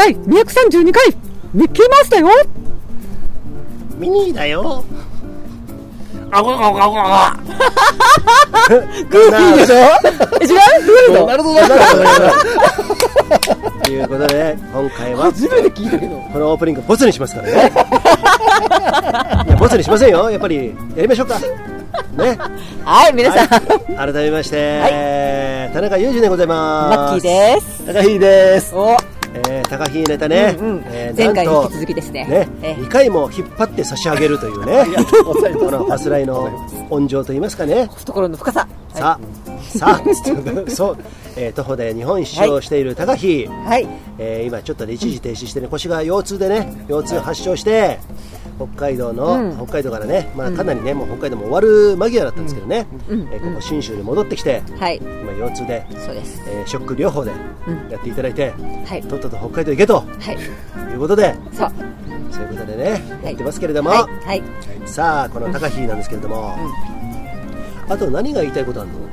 第232回ミッキーマウスだよ。 ミニーだよ。あごグーフィーでしょ。違う？ なるほど。ということで今回は初めて聞いたけど、 このオープニングボツにしますからね。いやボツにしませんよ。やっぱりやりましょうか。ね。 はい、皆さん、 改めまして、田中裕二でございます。 マッキーです。 高木です。 お、 高木ネタね、 前回に引き続きですね。 2回も引っ張って差し上げるというね。このファスライの温情と言いますかね。 懐の深さ。 さあそう、徒歩で日本一周をしている高木、今ちょっとで一時停止してね、腰が腰痛でね、腰痛発症して、北海道からね、まあかなりね、もう北海道も終わる間際だったんですけどね、ここ信州に戻ってきて、今腰痛で、ショック療法でやっていただいて、とっとと北海道行けということで、そういうことでね、やってますけれども、さあこの高木なんですけれども、あと何が言いたいことあるの？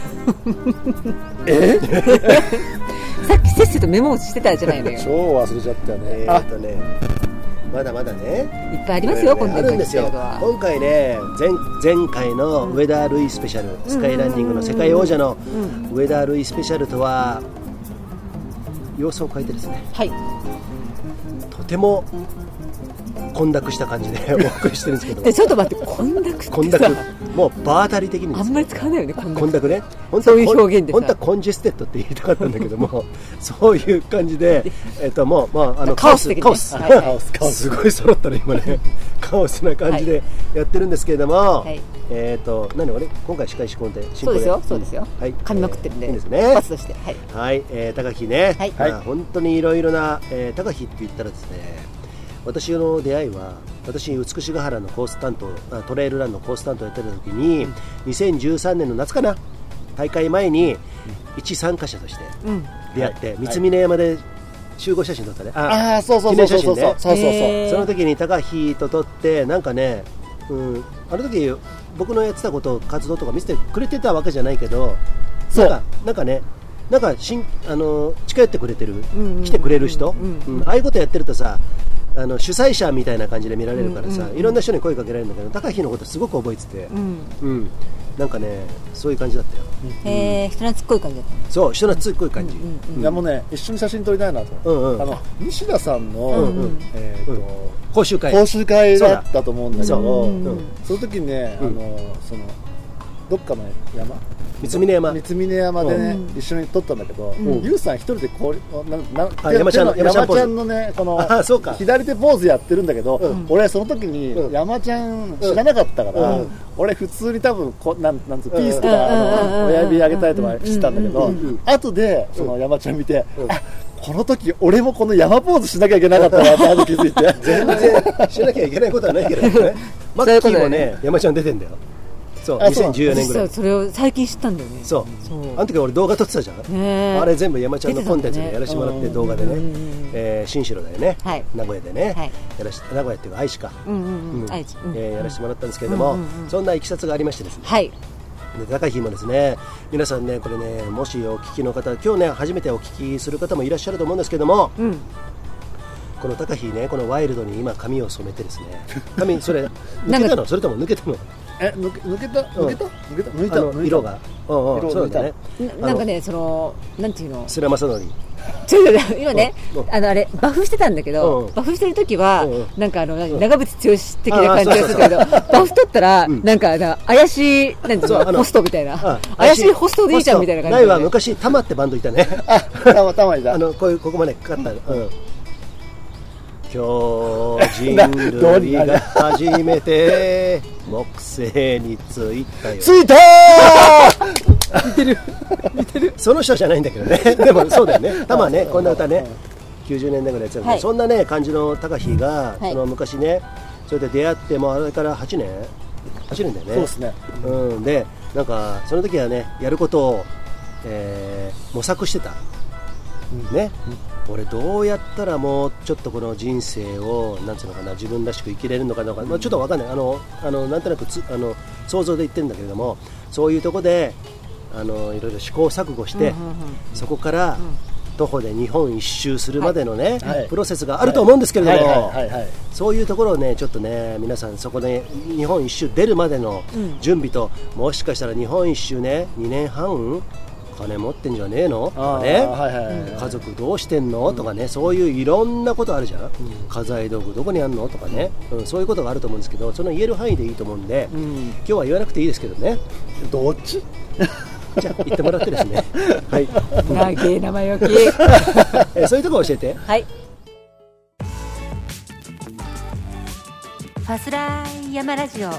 さっきせっせとメモをしてたじゃないのよ。 超忘れちゃったよね。 まだまだね、 いっぱいありますよ、 あるんですよ。今回ね、前回のウェダールイスペシャル、スカイランディングの世界王者のウェダールイスペシャルとは様子を変えてですね、とても混濁した感じでお送りしてるんですけども、 ちょっと待って、混濁ってさ、 もう場当たり的にですね、 あんまり使わないよね、混濁ね。 そういう表現でさ、 本当はコンジェステッドって言いたかったんだけどもそういう感じで、もうカオス的に、 すごい揃ったね今ねカオスな感じでやってるんですけれども、何俺今回司会進行で、 そうですよ、噛みまくってるんで、いいですね、パスとして、 高木ね、本当にいろいろな、高木って言ったらですね、私の出会いは、私美しが原のコース担当、トレイルランのコース担当やってた時に、2013年の夏かな、大会前に一参加者として出会って、三峯山で集合写真撮ったね。記念写真ね。その時に高木と撮って、なんかね、あの時僕のやってたこと、活動とか見せてくれてたわけじゃないけど、なんかね、近寄ってくれてる、来てくれる人、ああいうことやってるとさ、主催者みたいな感じで見られるからさ、いろんな人に声かけられるんだけど、高木のことすごく覚えてて、なんかね、そういう感じだったよ。 人懐っこい感じだった。 そう、人懐っこい感じ。 いやもうね、一緒に写真撮りたいなと。西田さんの講習会だったと思うんだけど、その時にね、どっかの山、三峯山でね、一緒に撮ったんだけど、ゆうさん一人で山ちゃんのね、この左手ポーズやってるんだけど、俺その時に山ちゃん知らなかったから、俺普通に多分なんつうピースとか親指上げたりとかしてたんだけど、後でその山ちゃん見て、この時俺もこの山ポーズしなきゃいけなかったなって気づいて、 全然しなきゃいけないことはないけどね。マッキーもね、山ちゃん出てんだよ。そう、2014年ぐらい。 それを最近知ったんだよね。 そう、あの時俺動画撮ってたじゃん。あれ全部山ちゃんのコンテンツでやらせてもらって、動画でね、新城だよね、名古屋でね、名古屋っていうか愛知か、やらせてもらったんですけれども、そんないきさつがありましてですね、高木もですね、皆さんね、これね、もしお聞きの方、今日ね初めてお聞きする方もいらっしゃると思うんですけども、この高木ね、このワイルドに今髪を染めてですね、髪それ抜けたの？それとも抜けたの？ 抜けた色が、そうだね。 なんかね、なんていうの、 菅田将暉、 今ね、あれバフしてたんだけど、バフしてる時はなんか長渕剛的な感じがするけど、バフ取ったらなんか怪しい、なんていうの、ホストみたいな、怪しいホストでいいじゃんみたいな感じで。 ないわ、昔タマってバンドいたね。 タマいた。 ここまでかかった。今日人類が初めて木星に着いたよ。 着いたー似てるその人じゃないんだけどね。でもそうだよね。たまね、こんな歌ね、90年代ぐらいやってたんで、そんなね感じの高木が、その昔ね、それで出会って、もうあれから8年だよね。 そうですね。 で、なんかその時はね、やることを、模索してたね。俺どうやったらもうちょっとこの人生をなんつうのかな、自分らしく生きれるのかな、ちょっと分かんない、なんとなく想像で言ってるんだけれども、そういうとこでいろいろ試行錯誤して、そこから徒歩で日本一周するまでのね、プロセスがあると思うんですけれども、そういうところをねちょっとね皆さんそこで日本一周出るまでの準備と、もしかしたら日本一周ね2年半金持ってんじゃねえのとかね、家族どうしてんのとかね、そういういろんなことあるじゃん、家財道具どこにあんのとかね、そういうことがあると思うんですけど、その言える範囲でいいと思うんで、今日は言わなくていいですけどね。 どっちじゃあ言ってもらってですねはい長え生よきそういうところ教えて。 はい。ファスライ山ラジオ。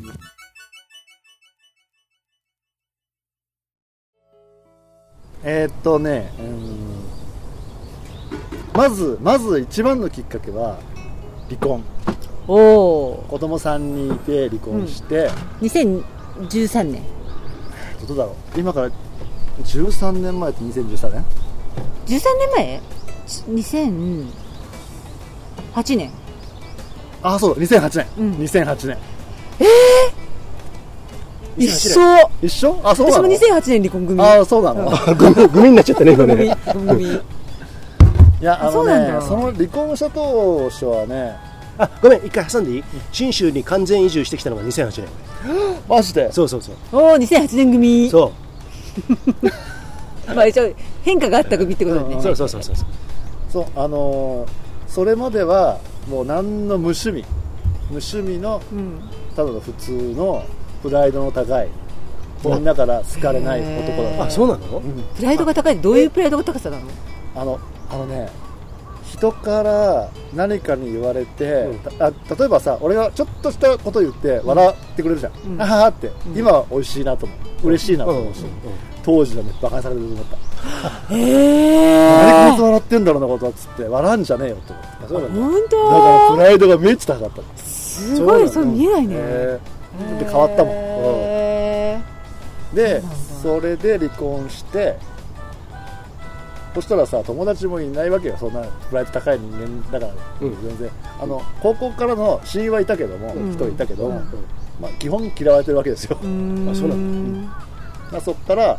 まず一番のきっかけは離婚。子供3人いて離婚して、 2013年どうだろう、今から13年前って2013年 13年前2008年あ、そうだ、2008年、2008年一緒あ、そうなの。 私も2008年離婚組。 あ、そうなの。 組になっちゃったね今ね。 組いや、その離婚した当初はね、 ごめん一回挟んでいい？信州に完全移住してきたのが2008年。 マジで？ そう。 2008年組。 そうまあ一応変化があった組ってことだね。 そうそれまではもう何の無趣味の、ただの普通のプライドの高い、みんなから好かれない男だった。 あ、そうなの？ プライドが高いってどういうプライドが高さなの？ 人から何かに言われて、例えばさ、俺がちょっとしたことを言って笑ってくれるじゃん、あはって、今は美味しいなと思う、嬉しいなと思うし、当時はね、バカにされると思った。何こいつ笑ってんだろうなことっつって笑うんじゃねえよと思って。 本当？ だからプライドがめっちゃ高かった。 すごい、そう見えないね。 で変わったもん。でそれで離婚して、そしたらさ、友達もいないわけよ、そんなプライド高い人間だから、全然高校からの親友はいたけども、人いたけども、基本嫌われてるわけですよ。そうなんだ。そっから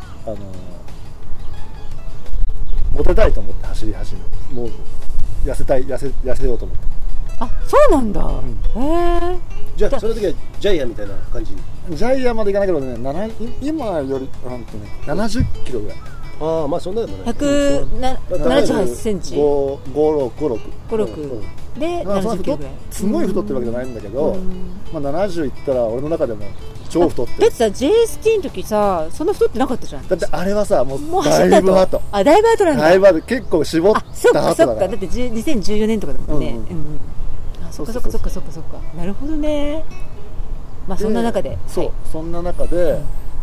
モテたいと思って走り始め、もう痩せようと思って。 あ、そうなんだ。 じゃあその時はジャイアンみたいな感じ？ ジャイアンまでいかないけどね、今より70キロぐらい。 ああ、まあそんなでもない。 178センチ。 56 で70キロぐらい。 すごい太ってるわけじゃないんだけど、70いったら俺の中でも超太ってる。 だってさ、JST の時さ、そんな太ってなかったじゃん。 だってあれはさ、もうだいぶ後。あ、だいぶ後なんだ。 だいぶ後、結構絞った後だから。 そっか、だって2014年とかだもんね。そっか。なるほどね。まあそんな中で。 そんな中で、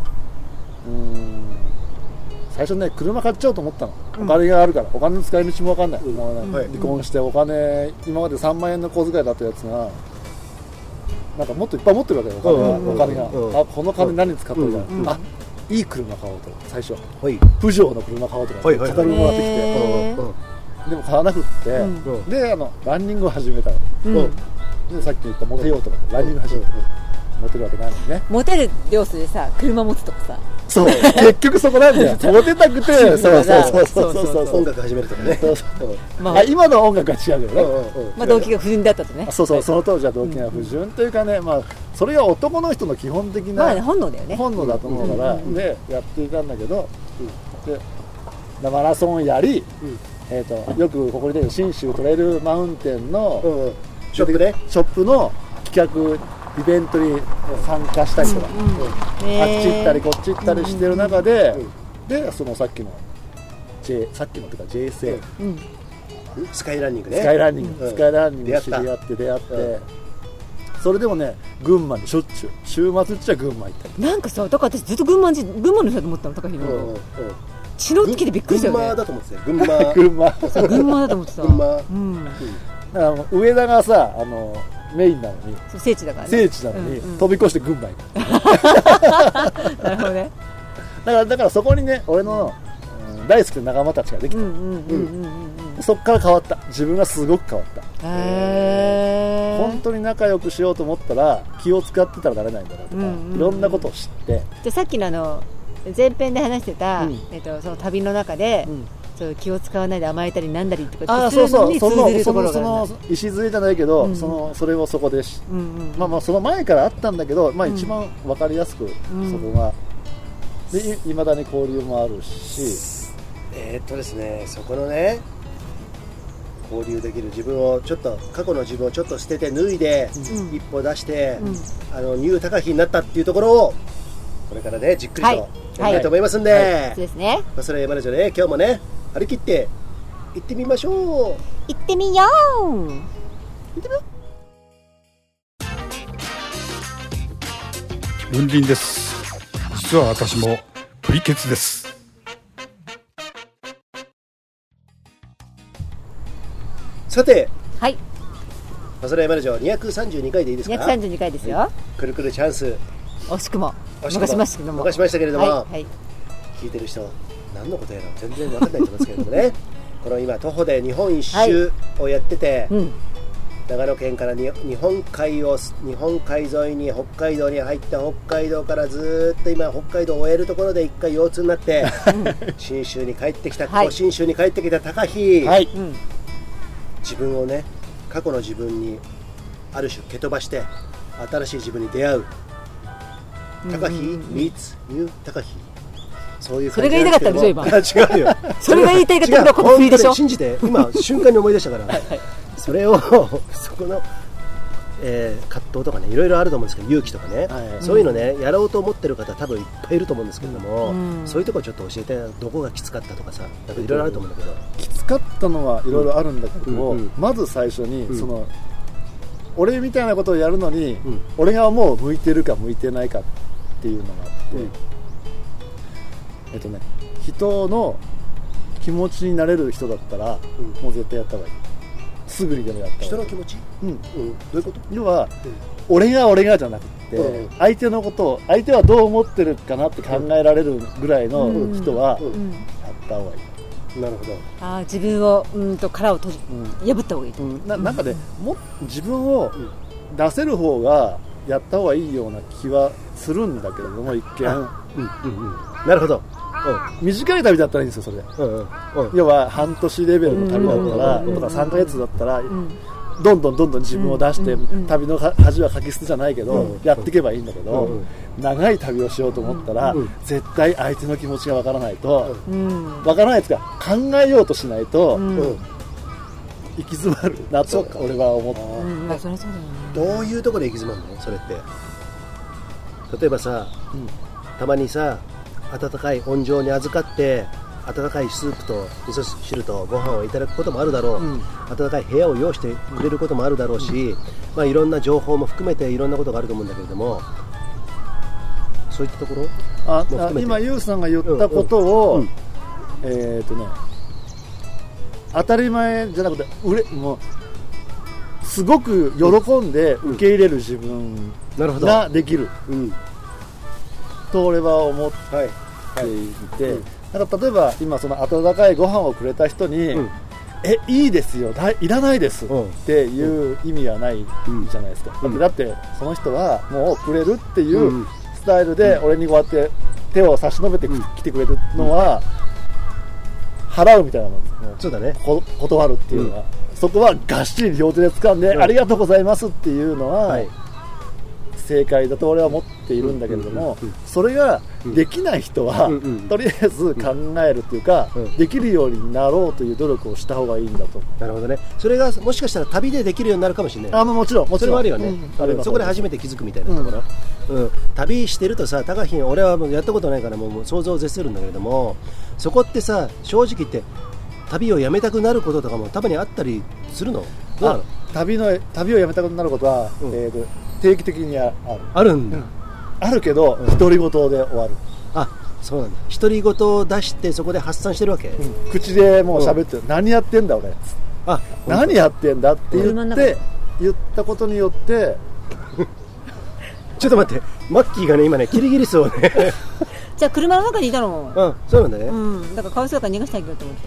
最初ね、車買っちゃおうと思ったの。お金があるから、お金の使い道も分かんない。離婚してお金、今まで3万円の小遣いだったやつが、なんかもっといっぱい持ってるわけよ、お金が。あ、この金何に使ってるか。あ、いい車買おうと、最初。プジョーの車買おうとか、カタログもらってきて。でも買わなくって、で、ランニングを始めたの。で、さっき言ったモテようとか、ランニング始めた。モテるわけないのにね。 モテる要素でさ、車持つとかさ。 そう、結局そこなんだよ。モテたくて、 音楽始めるとかね。 今の音楽は違うけどね。まあ動機が不純だったとね。 その当時は動機が不純というかね、まあそれが男の人の基本的な本能だよね。 本能だと思うからでやっていたんだけど、でマラソンやり、よくここに出る信州トレイルマウンテンのショップの企画イベントに参加したりとか、あっち行ったりこっち行ったりしてる中で、そのさっきのというか JSA、 スカイランニングね。 スカイランニング知り合って出会って、それでもね、群馬にしょっちゅう、週末っちゃ群馬行ったり。 なんかさ、だから私ずっと群馬の人だと思ったの、高弘の。血の付きでびっくりしたよね。 群馬だと思ってたよ。群馬だと思ってた。 だから上田がさ、メインなのに、 聖地なのに飛び越して群馬行く。 なるほどね。 だからそこにね、俺の大好きな仲間たちができた。そっから変わった。自分がすごく変わった。本当に仲良くしようと思ったら気を使ってたらなれないんだなとか、いろんなことを知って。 でさっきの前編で話してた、その旅の中で、 そう気を使わないで甘えたりなんだりとかするのに通ずるところがあるんだ。 礎じゃないけど、それをそこでその前からあったんだけど、一番分かりやすくそこがでいまだに交流もあるし、 ですね、そこのね交流できる自分をちょっと過去の自分をちょっと捨てて脱いで、一歩出して、ニュー高飛になったっていうところをこれからねじっくりとやりたいと思いますんで、 そうですね。 それまでじゃね、今日もね張り切って行ってみましょう。 行ってみよう。行ってみよう。文林です。実は私もプリケツです。 さて、 はい。 マサラヤマラジオ232回でいいですか ？232回ですよ。 くるくるチャンス。 惜しくも逃しましたけども。 逃しましたけれども、聞いてる人何のことやら全然分かんないと思うんですけれどもね。この今徒歩で日本一周をやってて、長野県から日本海沿いに北海道に入って、北海道からずっと今北海道を終えるところで一回腰痛になって信州に帰ってきた、信州に帰ってきた高飛、自分をね、過去の自分にある種蹴飛ばして新しい自分に出会う高飛 meets new 高飛、そういう感じ。 それが言いたかったんでしょ今。 違うよ。 それが言いたいかったらこの振りでしょ。 信じて、今瞬間に思い出したからそれをそこの、葛藤とかね、いろいろあると思うんですけど、勇気とかね、そういうのね、やろうと思ってる方多分いっぱいいると思うんですけれども、そういうところちょっと教えて、どこがきつかったとかさ、なんかいろいろあると思うんだけど。 きつかったのはいろいろあるんだけども、まず最初にその俺みたいなことをやるのに、俺がもう向いてるか向いてないかっていうのがあって、人の気持ちになれる人だったら、もう絶対やった方がいい。すぐにでもやった方がいい。 人の気持ち？どういうこと？ 要は、俺がじゃなくて、相手のことを、相手はどう思ってるかなって考えられるぐらいの人はやった方がいい。 なるほど。 自分を殻を破った方がいいと。 なんかね、自分を出せる方がやった方がいいような気はするんだけれども、一見。 なるほど。 短い旅だったらいいんですよ、それで。要は半年レベルの旅だったら、とか3ヶ月だったら、どんどん自分を出して、旅の恥はかき捨てじゃないけど、やっていけばいいんだけど、長い旅をしようと思ったら、絶対相手の気持ちがわからないと、わからないですか、考えようとしないと、行き詰まるなと俺は思った。 どういうところで行き詰まるのそれって。例えばさ、たまにさ、温かい温情に預かって温かいスープと味噌汁とご飯をいただくこともあるだろう、温かい部屋を用意してくれることもあるだろうし、いろんな情報も含めていろんなことがあると思うんだけれども、そういったところ今ユウさんが言ったことを、当たり前じゃなくてもうすごく喜んで受け入れる自分ができる、と俺は思っていて、だから例えば今その温かいご飯をくれた人に、いいですよ、いらないですっていう意味はないじゃないですか。だってその人はもうくれるっていうスタイルで俺にこうやって手を差し伸べてきてくれるのは払うみたいなもんです。 そうだね。 断るっていうのは、そこはがっしり両手で掴んで、ありがとうございますっていうのは、正解だと俺は思っているんだけれども、それができない人は、とりあえず考えるっていうか、できるようになろうという努力をした方がいいんだと。 なるほどね。それがもしかしたら旅でできるようになるかもしれない。 もちろんそれもあるよね。そこで初めて気づくみたいなところ、旅してるとさ、高飛、俺はもうやったことないからもう想像を絶するんだけれども、そこってさ、正直言って旅をやめたくなることとかもたまにあったりするの？どうなの？ 旅をやめたくなることは、定期的にあるんだ。 あるけど独り言で終わる。 そうなんだ。独り言を出してそこで発散してるわけ。 口でもう喋ってる。何やってんだ俺。何やってんだって言ったことによって。 ちょっと待って、マッキーがね今ねキリギリスをねじゃあ車の中にいたの？ そうなんだね。 だからかわいそうだから逃がしてあげようと思って。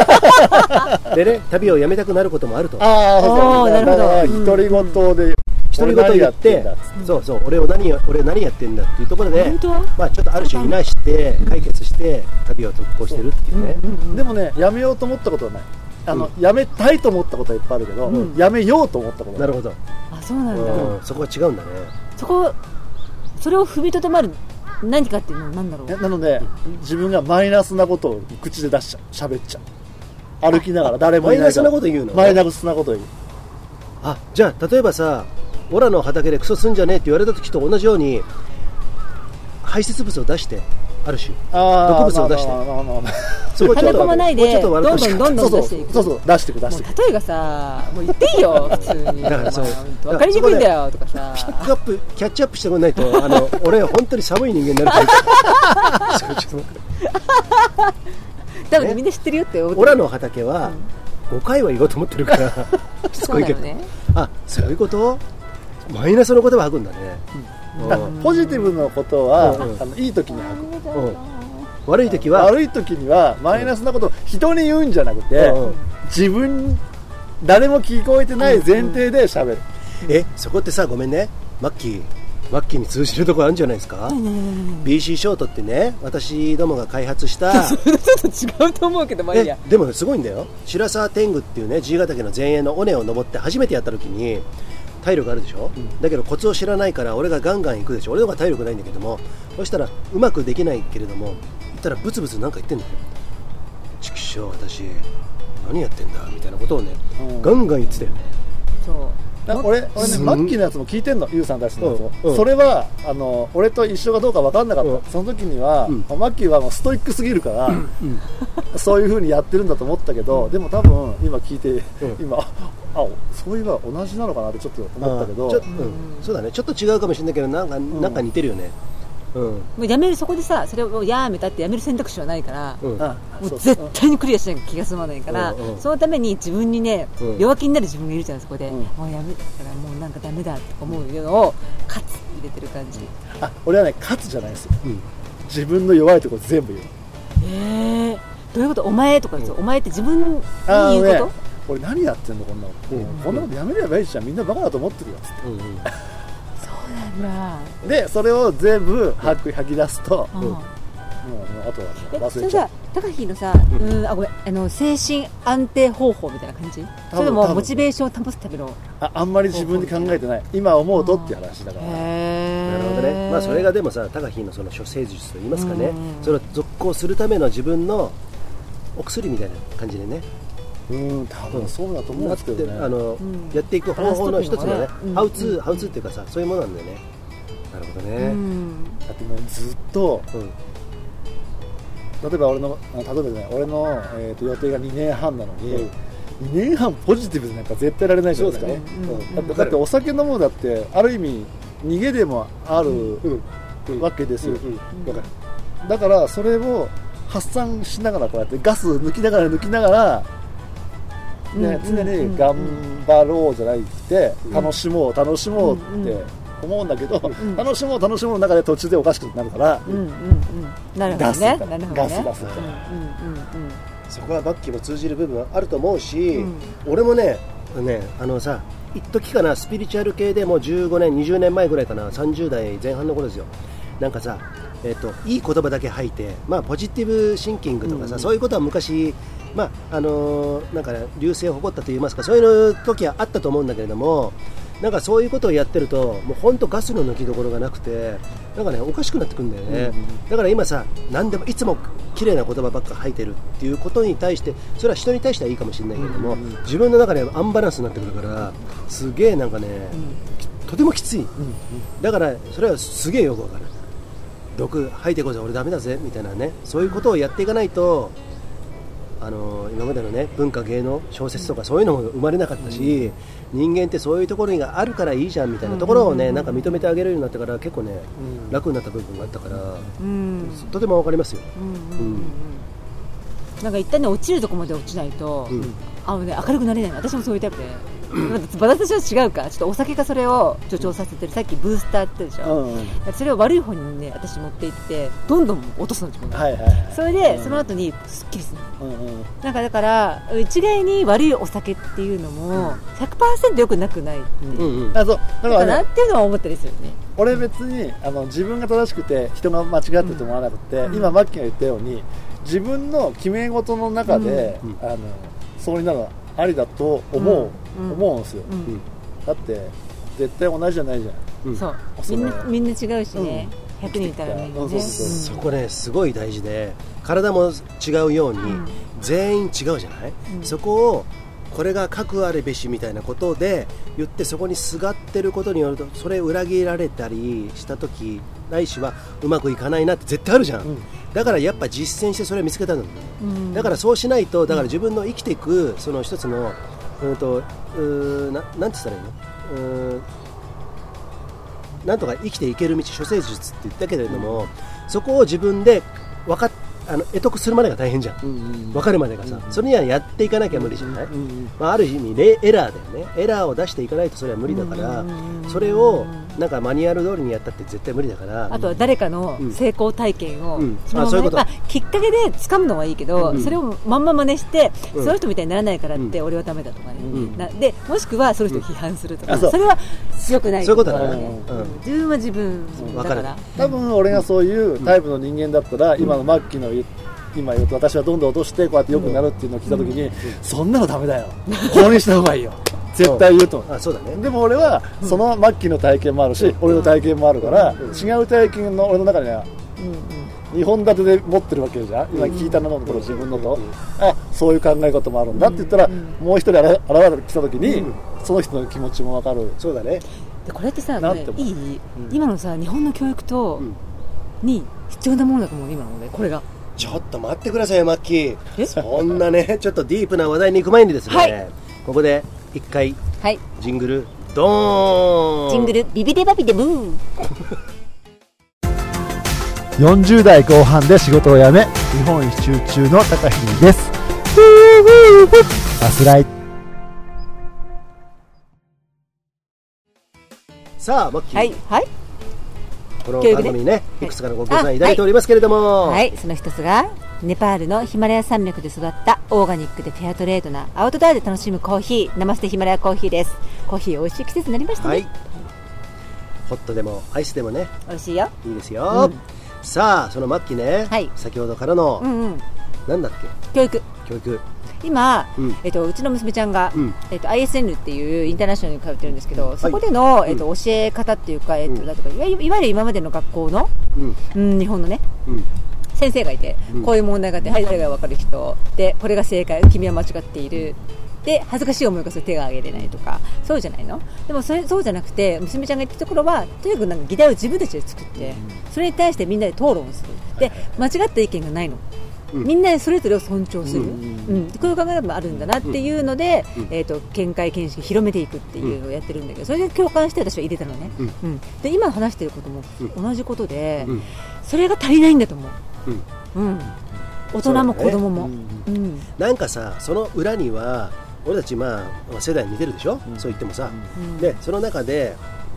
でね、旅をやめたくなることもあると。 なるほど。独り言で独り言言って、そうそう、俺何やってんだっていうところで、まあちょっとある種いなして解決して旅を続行してるっていうね。 でもね、やめようと思ったことはない。やめたいと思ったことはいっぱいあるけど、やめようと思ったことはない。 なるほど。 あ、そうなんだ。 そこは違うんだね。 それを踏みとどまる何かっていうのは何だろう。 なので自分がマイナスなことを口で出しちゃう、喋っちゃう、歩きながら誰もいないから。 マイナスなこと言うの？ マイナスなこと言う。 あ、じゃあ例えばさ、オラの畑でクソすんじゃねえって言われた時と同じように排泄物を出して、ある種毒物を出して、 そこちょっともないでどんどん出していく。 そう出していく。 例えがさ、もう言っていいよ普通に。だからそう分かりにくいんだよとかさ、 ピックアップキャッチアップしてこないと俺は本当に寒い人間になるから。 多分みんな知ってるよって。 オラの畑は5回は言おうと思ってるからしつこいけど。あ、そういうこと？マイナスの言葉吐くんだね。 ポジティブなことはいい時に吐く。 悪い時にはマイナスなことを人に言うんじゃなくて、自分誰も聞こえてない前提で喋る。 そこってさ、ごめんね、マッキーに通じるところあるんじゃないですか。BC ショートってね、私どもが開発したそれちょっと違うと思うけど、まあいいや。 でもすごいんだよ。白沢天狗っていうね、爺ヶ岳の前衛の尾根を登って初めてやった時に体力あるでしょ、だけどコツを知らないから俺がガンガン行くでしょ。俺の方が体力ないんだけども、そしたらうまくできないけれども、言ったらブツブツなんか言ってんだよ。畜生、私何やってんだみたいなことをね、ガンガン言ってたよね。 俺ね、マッキーのやつも聞いてんの、ユウさんたちのやつも。それは俺と一緒かどうか分かんなかった。その時にはマッキーはもうストイックすぎるからそういう風にやってるんだと思ったけど、でも多分今聞いて、今そういえば同じなのかなってちょっと思ったけど、 そうだね、ちょっと違うかもしれないけど、なんか似てるよね。 もうやめる、そこでさ、それをやめたってやめる選択肢はないから、もう絶対にクリアしなきゃ気が済まないから、そのために自分にね、弱気になる自分がいるじゃん。そこでもうやめたからもうなんかダメだって思うのをカツ入れてる感じ。 俺はね、カツじゃないですよ。自分の弱いところ全部言う。 どういうこと？お前とかですよ。お前って自分に言うこと？ 俺何やってんのこんなの、こんなことやめればいいじゃん、みんなバカだと思ってるよっつって。でそれを全部吐き出すと、もうあとは忘れちゃう。 高木のさ、ごめん、精神安定方法みたいな感じ？それともモチベーションを保つための？ あんまり自分で考えてない。今思うとっていう話だから。 なるほどね。まあそれがでもさ、高木のその処世術といいますかね、それを続行するための自分のお薬みたいな感じでね。 多分そうだと思うんですけどね。 やっていく方法の一つのね、ハウツーっていうかさ、そういうものなんだよね。なるほどね。 だってもうずっと、例えば俺の予定が2年半なのに、2年半ポジティブでなんか絶対られないじゃないですか。だってお酒飲むだってある意味逃げでもあるわけですよ。だからそれを発散しながら、こうやってガス抜きながらね、常に頑張ろうじゃなくて、楽しもうって思うんだけど、楽しもうの中で途中でおかしくなるから、ガス出す。 そこはバッキーも通じる部分はあると思うし、俺もねさ、一時かな、スピリチュアル系でもう15年20年前ぐらいかな、30代前半の頃ですよ。なんかさ、いい言葉だけ吐いて、ポジティブシンキングとかさ、そういうことは昔なんか流星を誇ったといいますか、そういう時はあったと思うんだけれども、なんかそういうことをやってるともう本当ガスの抜きどころがなくて、なんかねおかしくなってくるんだよね。だから今さ、何でもいつも綺麗な言葉ばっか吐いてるっていうことに対して、それは人に対してはいいかもしれないけれども、自分の中でアンバランスになってくるから、すげえなんかね、とてもきつい。だからそれはすげえよくわかる。毒吐いてこい、俺ダメだぜみたいなね、そういうことをやっていかないと、今までのね、文化芸能小説とかそういうのも生まれなかったし、人間ってそういうところがあるからいいじゃんみたいなところをね、なんか認めてあげるようになってから結構ね、楽になった部分があったから、とてもわかりますよ。なんか一旦ね、落ちるところまで落ちないと、明るくなれない。私もそういうタイプで、 私は違うか、ちょっとお酒がそれを助長させてる。さっきブースターって言ったでしょ、それを悪い方にね私持っていってどんどん落とすの自分が、それでその後にすっきりするの、だから一概に悪いお酒っていうのも 100% 良くなくないっていう、だからなっていうのは思ったりするよね。 俺別に自分が正しくて人が間違ってると思わなくて、今マッキーが言ったように自分の決め事の中で、そういうのがありだと思うんですよ、だって絶対同じじゃないじゃん、 そうみんな違うしね、100人いたらみんなね、 そこねすごい大事で、体も違うように、全員違うじゃない、そこをこれが核あるべしみたいなことで言ってそこにすがってることによるとそれ裏切られたりした時ないしはうまくいかないなって絶対あるじゃん、だからやっぱ実践してそれを見つけたんだよね、だからそうしないと、だから自分の生きていくその一つのなんて言ったらいいの、なんとか生きていける道、処世術って言ったけれども、そこを自分で得得するまでが大変じゃん、分かるまでがさ、それにはやっていかなきゃ無理じゃない、ある意味エラーだよね、エラーを出していかないとそれは無理だから、それをなんかマニュアル通りにやったって絶対無理だから、 あとは誰かの成功体験をきっかけで掴むのはいいけど、それをまんま真似して、その人みたいにならないからって俺はダメだとかね、でもしくはその人を批判するとか、それは強くない、 そういうことだね、 自分は自分だから。 多分俺がそういうタイプの人間だったら、今のマッキーの今言うと私はどんどん落としてこうやって良くなるっていうのを聞いたときに、そんなのダメだよ、こうにした方がいいよ絶対言うと思う。 そうだね。 でも俺はそのマッキーの体験もあるし、俺の体験もあるから、違う体験の俺の中には2本立てで持ってるわけじゃん、今聞いたのと自分のと、そういう考え方もあるんだって言ったら、もう一人現れてきたときに、その人の気持ちも分かる。 そうだね。 でこれってさ、いい、今のさ日本の教育とに必要なものだと思う、今のね、これが。 ちょっと待ってくださいよマッキー、そんなねちょっとディープな話題に行く前にですね、ここで一回、ジングルドーン、 ジングルビビデバビデブー 40代後半で仕事を辞め日本一周中の高秀です。バスライ。 さあマッキー、この番組にね、いくつかのご協賛いただいておりますけれども、 その一つがネパールのヒマラヤ山脈で育ったオーガニックでフェアトレードなアウトドアで楽しむコーヒー、ナマステヒマラヤコーヒーです。コーヒー美味しい季節になりましたね。 ホットでもアイスでもね美味しいよ、 いいですよ、さあそのマッキーね、先ほどからの、なんだっけ、教育今、うちの娘ちゃんが、ISN っていうインターナショナルに通ってるんですけど、そこでの、教え方っていうか、いわゆる今までの学校の、日本のね、先生がいて、こういう問題があって、誰が分かる人で、これが正解、君は間違っている、で恥ずかしい思いがする、手が挙げれないとか、そうじゃないの。でもそうじゃなくて、娘ちゃんが言ったところはとにかく議題を自分たちで作って、それに対してみんなで討論する。で間違った意見がないの、みんなそれぞれを尊重する、こういう考え方もあるんだなっていうので、見解見識を広めていくっていうのをやってるんだけど、それで共感して私は入れたのね、で今話していることも同じことで、それが足りないんだと思う、大人も子供も、 なんかさ、その裏には俺たち世代似てるでしょ、そう言ってもさ、でその中で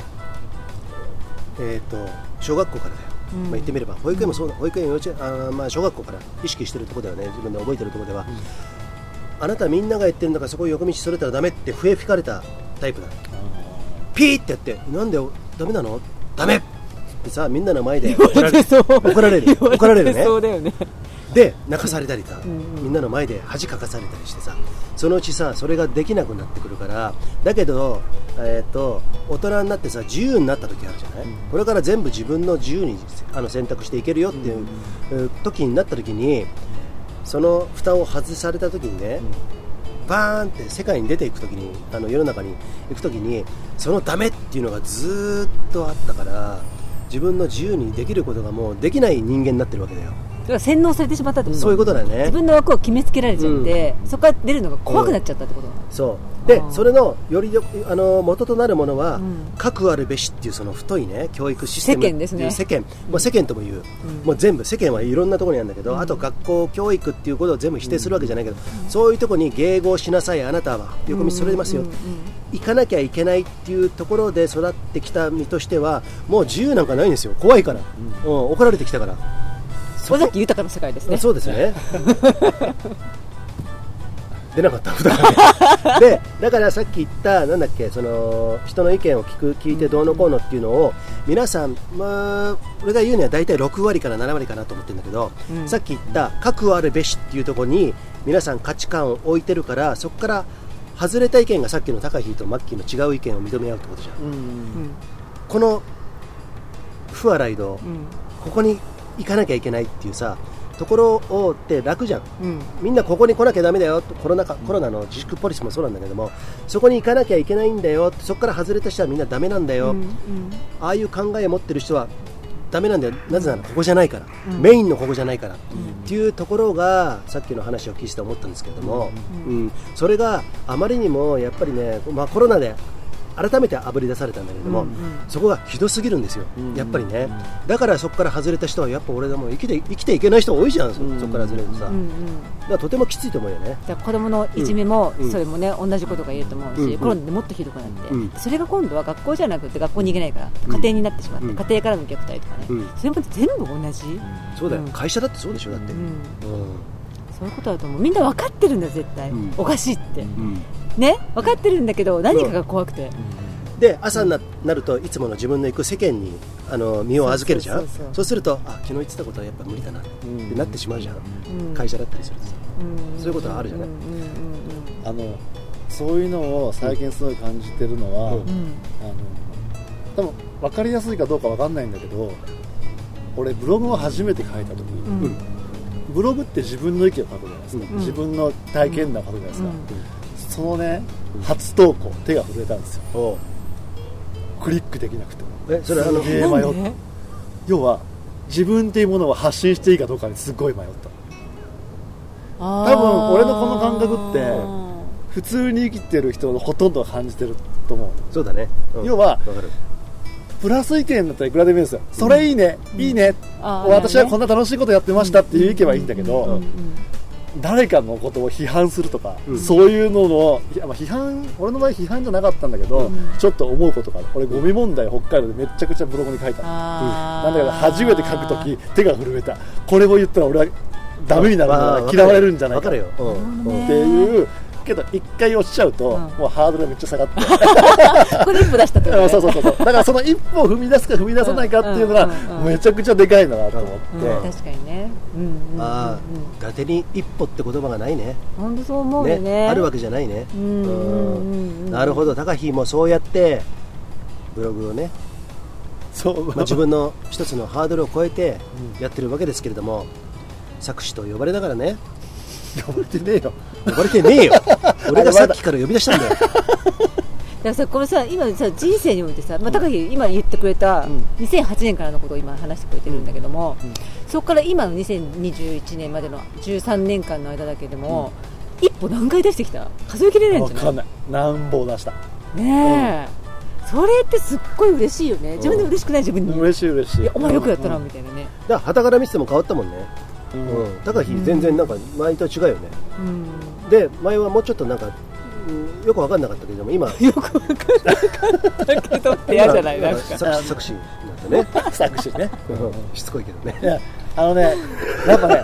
小学校からだよ、言ってみれば保育園もそうだ、保育園、幼稚園、小学校から意識してるところではね、自分で覚えてるところでは、あなたみんなが言ってるんだからそこを横道それたらダメって笛吹かれたタイプだ。ピーってやって、なんでダメなの、ダメってさ、みんなの前で怒られるね。 そうだよね。 で泣かされたりさ、みんなの前で恥かかされたりしてさ、そのうちさそれができなくなってくるから。だけど、大人になってさ自由になった時あるじゃない、これから全部自分の自由に選択していけるよっていう時になった時に、その蓋を外された時にね、バーンって世界に出ていく時に、世の中に行く時に、そのダメっていうのがずっとあったから、自分の自由にできることがもうできない人間になってるわけだよ。 洗脳されてしまったってこと。 そういうことだね。 自分の枠を決めつけられちゃって、そこから出るのが怖くなっちゃったってこと。 そうで、それのより元となるものは、核あるべしっていうその太いね教育システム、 世間ですね。 世間とも言う、もう全部世間はいろんなところにあるんだけど、あと学校教育っていうことを全部否定するわけじゃないけど、そういうところに迎合しなさい、あなたは横道それますよ、行かなきゃいけないっていうところで育ってきた身としては、もう自由なんかないんですよ。怖いから、怒られてきたから。 尾崎豊の世界ですね。 そうですね。出なかったで、だからさっき言ったなんだっけ、その人の意見を聞いてどうのこうのっていうのを皆さん、俺が言うには大体6割から7割かなと思ってるんだけど、さっき言った核あるべしっていうところに皆さん価値観を置いてるから、そこから外れた意見がさっきの高飛とマッキーの違う意見を認め合うってことじゃん。この不和ライド、ここに行かなきゃいけないっていうさところをって楽じゃん、みんなここに来なきゃダメだよ、コロナの自粛ポリスもそうなんだけども、そこに行かなきゃいけないんだよ、そこから外れた人はみんなダメなんだよ、ああいう考えを持ってる人はダメなんだよ、なぜならここじゃないから、メインのここじゃないから、っていうところがさっきの話を聞いて思ったんですけれども、それがあまりにもやっぱりね、コロナで改めてあぶり出されたんだけれども、そこがひどすぎるんですよ、やっぱりね。だからそこから外れた人はやっぱ俺でも生きていけない人多いじゃん、そこから外れるとさ、だからとてもきついと思うよね。 だから子供のいじめもそれもね、同じことが言えると思うし、コロナでもっとひどくなって、それが今度は学校じゃなくて学校に行けないから家庭になってしまって、家庭からの虐待とかね、それも全部同じ。 そうだよ、会社だってそうでしょ、だって、 そういうことだと思う。みんな分かってるんだよ絶対、おかしいってね、分かってるんだけど何かが怖くて、 で朝になるといつもの自分の行く世間に身を預けるじゃん。そうすると昨日言ってたことはやっぱ無理だなってなってしまうじゃん、会社だったりするとさ、そういうことはあるじゃない。 そういうのを最近すごい感じてるのは、多分分かりやすいかどうか分かんないんだけど、俺ブログを初めて書いた時、ブログって自分の意見を書くじゃないですか、自分の体験談を書くじゃないですか、そのね初投稿手が震えたんですよ。クリックできなくても、 それすげえ迷った。要は自分っていうものを発信していいかどうかにすごい迷った。多分俺のこの感覚って普通に生きてる人のほとんどが感じてると思う。 そうだね、 要はプラス意見だったらいくらでもいいんですよ。それいいね、いいね、私はこんな楽しいことやってましたっていう意見はいいんだけど、誰かのことを批判するとか、そういうのの批判、俺の場合批判じゃなかったんだけど、ちょっと思うことがある。俺ゴミ問題北海道でめちゃくちゃブログに書いたなんだけど、初めて書くとき手が震えた。これを言ったら俺はダメになるんじゃない、嫌われるんじゃないかっていうけど一回落ちちゃうと、もうハードルがめっちゃ下がってこれ一歩出したってことね。 そうだからその一歩を踏み出すか踏み出さないかっていうのがめちゃくちゃでかいなと思って、 確かにね、 伊達に一歩って言葉がないね。 本当そう思うよね。 あるわけじゃないね。なるほど、高飛もそうやってブログをね、自分の一つのハードルを超えてやってるわけですけれども、作詞と呼ばれながらね。 呼ばれてねえよ。 呼ばれてねえよ。俺がさっきから呼び出したんだよ。 だからさ、これさ、今さ、人生においてさ、高木今言ってくれた2008年からのことを今話してくれてるんだけども、そこから今の2021年までの13年間の間だけでも、一歩何回出してきた？数えきれないんじゃない？ 分かんない。何本出したねえ、それってすっごい嬉しいよね。自分で嬉しくない？自分に嬉しい。 いや、お前よくやったなみたいなね。 だから傍から見てても変わったもんね。高飛全然なんか前と違うよね。で前はもうちょっとなんかよく分かんなかったけども、今よく分かんなかったけどって嫌じゃない？なんか作詞になったね。 作詞ね。 しつこいけどね。 いややっぱね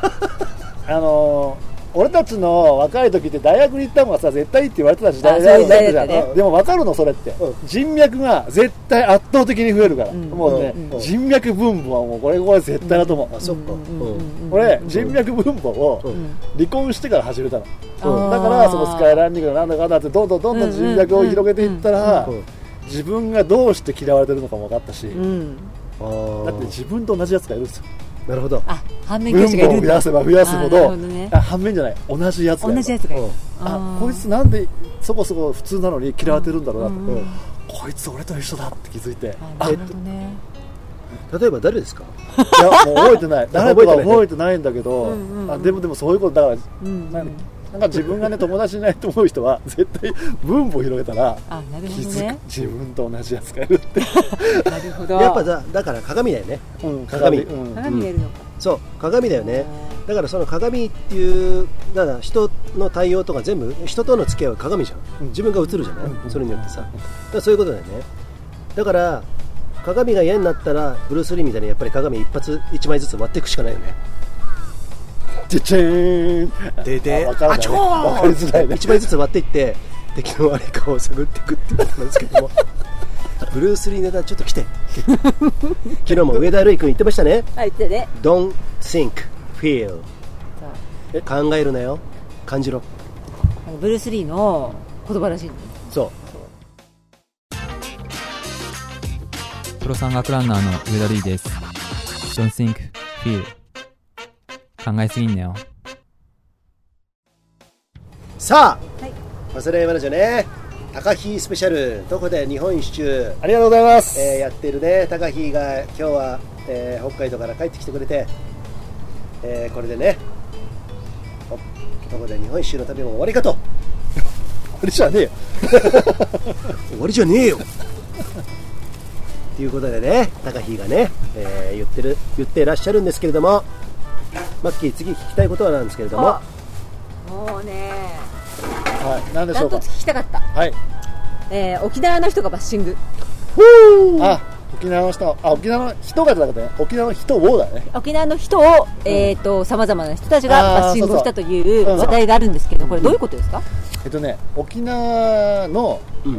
俺たちの若い時って大学に行った方がさ絶対いいって言われてた時代だよね。でも分かるのそれって、人脈が絶対圧倒的に増えるから、もうね、人脈分母はもうこれ絶対だと思う。 そっか。 俺人脈分母を離婚してから始めたの。だからそのスカイランニングのなんだかんだってどんどん人脈を広げていったら、自分がどうして嫌われてるのかも分かったし、だって自分と同じやつがいるんですよ。 なるほど。 反面教師がいるんだ。 分母を増やせば増やすほど、反面じゃない、同じやつがいる。こいつなんでそこそこ普通なのに嫌われてるんだろうなと、こいつ俺と一緒だって気づいて、 例えば誰ですか？ いやもう覚えてない誰とか覚えてないんだけど、でもそういうことだから、なんか自分がね友達いないと思う人は絶対分母広げたら気づく、自分と同じやつがいるってなるほど。 やっぱだから鏡だよね、鏡見えるのか。 そう鏡だよね。だからその鏡っていうだから人の対応とか全部人との付き合いは鏡じゃん、自分が映るじゃない、それによってさ、だからそういうことだよね。だから鏡が嫌になったらブルース・リーみたいにやっぱり鏡一枚ずつ割っていくしかないよね。 でちーんで分かりづらいね。 1枚ずつ割っていって敵の悪い顔を探っていくってことなんですけどもブルース・リーネタちょっと来て昨日も上田瑠衣君言ってましたね。 言ってね。 Don't think, feel 考えるなよ、感じろ。 ブルース・リーの言葉らしいんです。 そうプロ山岳ランナーの上田瑠衣です。 Don't think, feel 考えすぎんなよ。 さあ、忘れ物じゃね、高飛スペシャル、どこで日本一周ありがとうございます、 やってるね。高飛が今日は、北海道から帰ってきてくれて、これでね、どこで日本一周の旅も終わりかと。 終わりじゃねえよ終わりじゃねえよということでね、高飛がね、言ってらっしゃるんですけれども、マッキー次聞きたいことはなんですけれども、 もうね、 何でしょうか。 ダントツ聞きたかった、沖縄の人がバッシング。 沖縄の人がじゃなくて、ね、沖縄の人をだね。 沖縄の人をさまざまな人たちがバッシングをしたという話題があるんですけど、これどういうことですか？ 沖縄の、青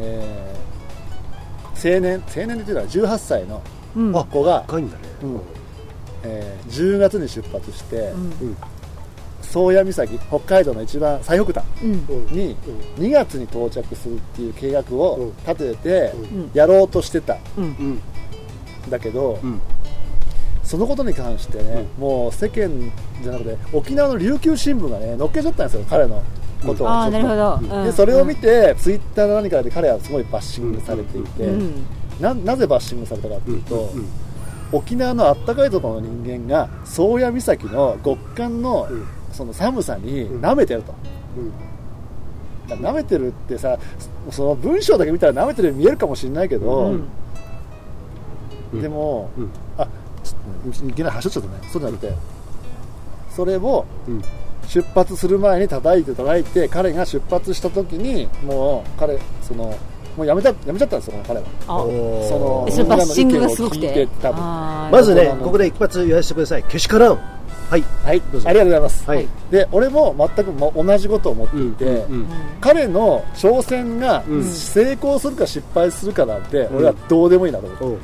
年っていうのは18歳の子が、10月に出発して、宗谷岬、北海道の一番最北端に2月に到着するっていう計画を立ててやろうとしてた、だけど、そのことに関してね、もう世間じゃなくて沖縄の琉球新聞がね乗っけちゃったんですよ、彼のことを。 なるほど。 でそれを見てツイッターの何かで彼はすごいバッシングされていて、なぜバッシングされたかというと、沖縄のあったかいところの人間が宗谷岬の極寒のその寒さに舐めてると、舐めてるってさ、その文章だけ見たら舐めてるように見えるかもしれないけど、でも、いきなり走っちゃったね。そうじゃなくて、それを出発する前に叩いて彼が出発した時にもうもうやめちゃったんですよ、彼は。 そのバッシングがすごくて、 まずね、ここで一発言わせてください。けしからん。はい、 どうぞ。ありがとうございます。で、俺も全く同じことを思っていて、彼の挑戦が成功するか失敗するかなんて、俺はどうでもいいなと思って。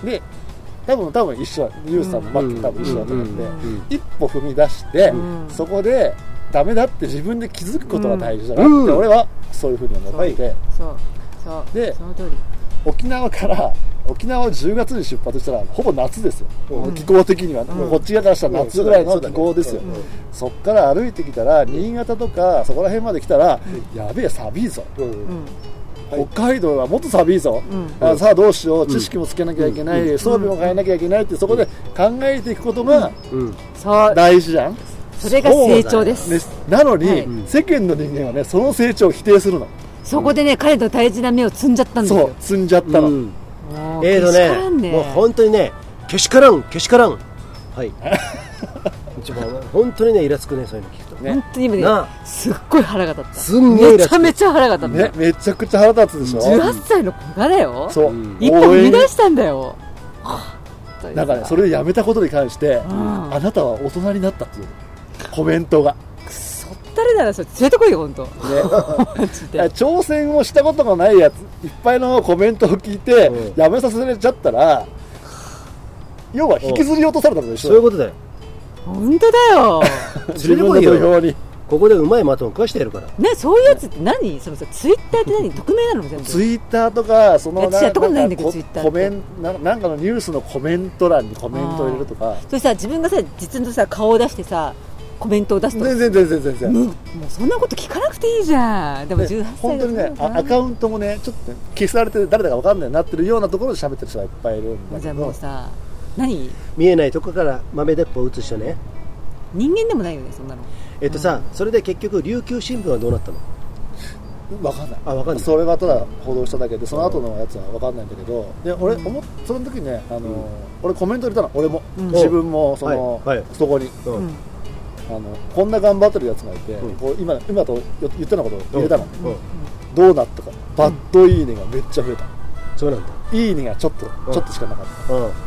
で、多分一緒だ、ユースさんもマッキー多分一緒だと思って、一歩踏み出して、そこでダメだって自分で気づくことが大事だなって俺はそういうふうに思っていて、で沖縄を10月に出発したらほぼ夏ですよ、気候的には、こっち側からしたら夏ぐらいの気候ですよ。そっから歩いてきたら新潟とかそこら辺まで来たら、やべえ寒いぞ、北海道はもっと寒いぞ、さあどうしよう、知識もつけなきゃいけない、装備も変えなきゃいけないって、そこで考えていくことが大事じゃん。 それが成長です。 なのに、世間の人間はね、その成長を否定するの。 そこでね、彼の大事な目を摘んじゃったんですよ。 そう、摘んじゃったの。 もう本当にね、けしからん。はい。本当にね、イラつくね、そういうの聞くと。 本当に今ね、すっごい腹が立った。 すんげえイラつく。 めちゃめちゃ腹が立った。 ね、めちゃくちゃ腹立つでしょ。 18歳の子がだよ。 そう。 一歩踏み出したんだよ。 なんかね、それをやめたことに関して、あなたは大人になったっていうコメントが。 くそったれならそれ連れてこいよ、本当。ね。 挑戦をしたことがないやつ、いっぱいのコメントを聞いて、やめさせられちゃったら、要は引きずり落とされたのでしょ。 そういうことだよ。 本当だよ。 自分の土俵に。 ここでうまい的を食わしてやるから。 ね、そういうやつって何？そのさ、ツイッターって何？匿名なの全部。 ツイッターとか、その私やったことないんだけど、ツイッターコメンなんかのニュースのコメント欄にコメントを入れるとか。 それさ、自分がさ、実のさ顔を出してさ、 コメントを出すと全然もうそんなこと聞かなくていいじゃん。でも18歳本当にねアカウントもねちょっと消されて誰だか分かんないようになってるようなところで喋ってる人がいっぱいいるんだけど、 じゃあもうさ何見えないとこから豆鉄砲を打つ人ね。 人間でもないよねそんなの。 さそれで結局琉球新聞はどうなったの？ 分かんない。 分かんない。 それはただ報道しただけでその後のやつは分かんないんだけど、で俺その時ね俺コメント入れたの。俺も自分もそこにこんな頑張ってるやつがいて、今と言ったようなことを入れたの。どうなったか。バッドいいねがめっちゃ増えた。 そうなんだ。 いいねがちょっとしかなかった。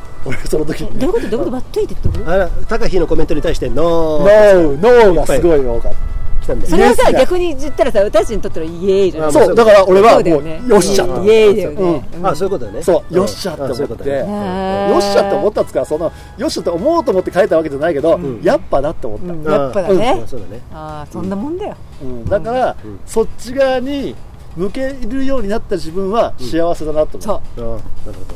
俺その時にどういうことバッといてってこと？ 高飛のコメントに対してノーがすごい多かった。 それはさ逆に言ったらさ私たちにとってはイエーイじゃん。 そうだから俺はもうよっしゃとイエーイだよね。 そういうことだね。 そうよっしゃって思ってよっしゃって思ったっつかそのよっしゃって思うと思って書いたわけじゃないけどやっぱだって思った。 やっぱだね。 そうだね。 そんなもんだよ。 だからそっち側に向けるようになった自分は幸せだなと思う。 そう。なるほど。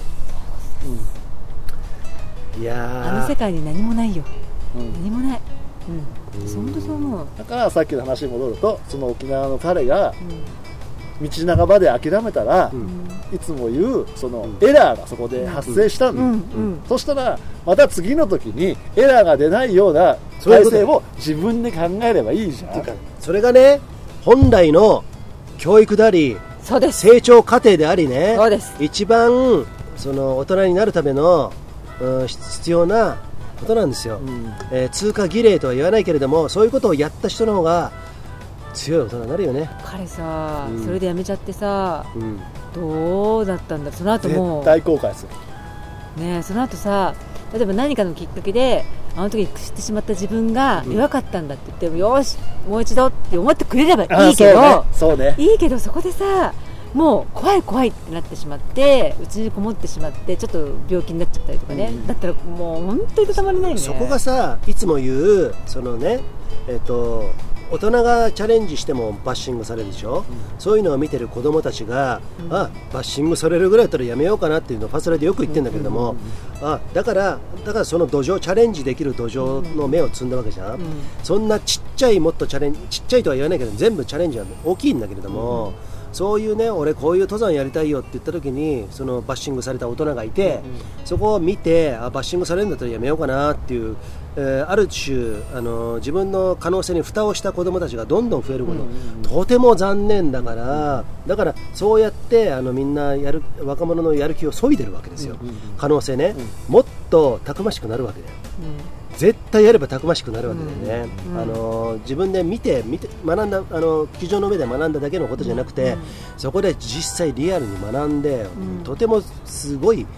いやあの世界に何もないよ。何もない。本当そう思う。 だからさっきの話に戻るとその沖縄の彼が道半ばで諦めたらいつも言うそのエラーがそこで発生したんだ。そしたらまた次の時にエラーが出ないような体制を自分で考えればいいじゃん。 それがね本来の教育であり成長過程でありね一番その大人になるための必要なことなんですよ。通過儀礼とは言わないけれどもそういうことをやった人の方が強い大人になるよね。 彼さ、それでやめちゃってさ、どうだったんだろう。その後も絶対後悔するね。その後さ例えば何かのきっかけであの時に屈してしまった自分が弱かったんだって言っても、よしもう一度って思ってくれればいいけどいいけどそこでさもう怖いってなってしまってうちにこもってしまってちょっと病気になっちゃったりとかね、だったらもう本当にたまらないね。 そこがさいつも言うそのね大人がチャレンジしてもバッシングされるでしょ、そういうのを見てる子供たちが、バッシングされるぐらいだったらやめようかなっていうのをファスラでよく言ってるんだけれども、だからその土壌チャレンジできる土壌の芽を摘んだわけじゃん、そんなちっちゃいもっとチャレンジちっちゃいとは言わないけど全部チャレンジは大きいんだけれども、そういうね俺こういう登山やりたいよって言った時にそのバッシングされた大人がいて、そこを見てバッシングされるんだったらやめようかなっていう、ある種自分の可能性に蓋をした子どもたちがどんどん増えること、とても残念だから、だからそうやってみんな若者のやる気を削いでるわけですよ、可能性ね、もっとたくましくなるわけだよ、絶対やればたくましくなるわけだよね、自分で見て学んだ机上の上で学んだだけのことじゃなくて、そこで実際リアルに学んで、とてもすごいいい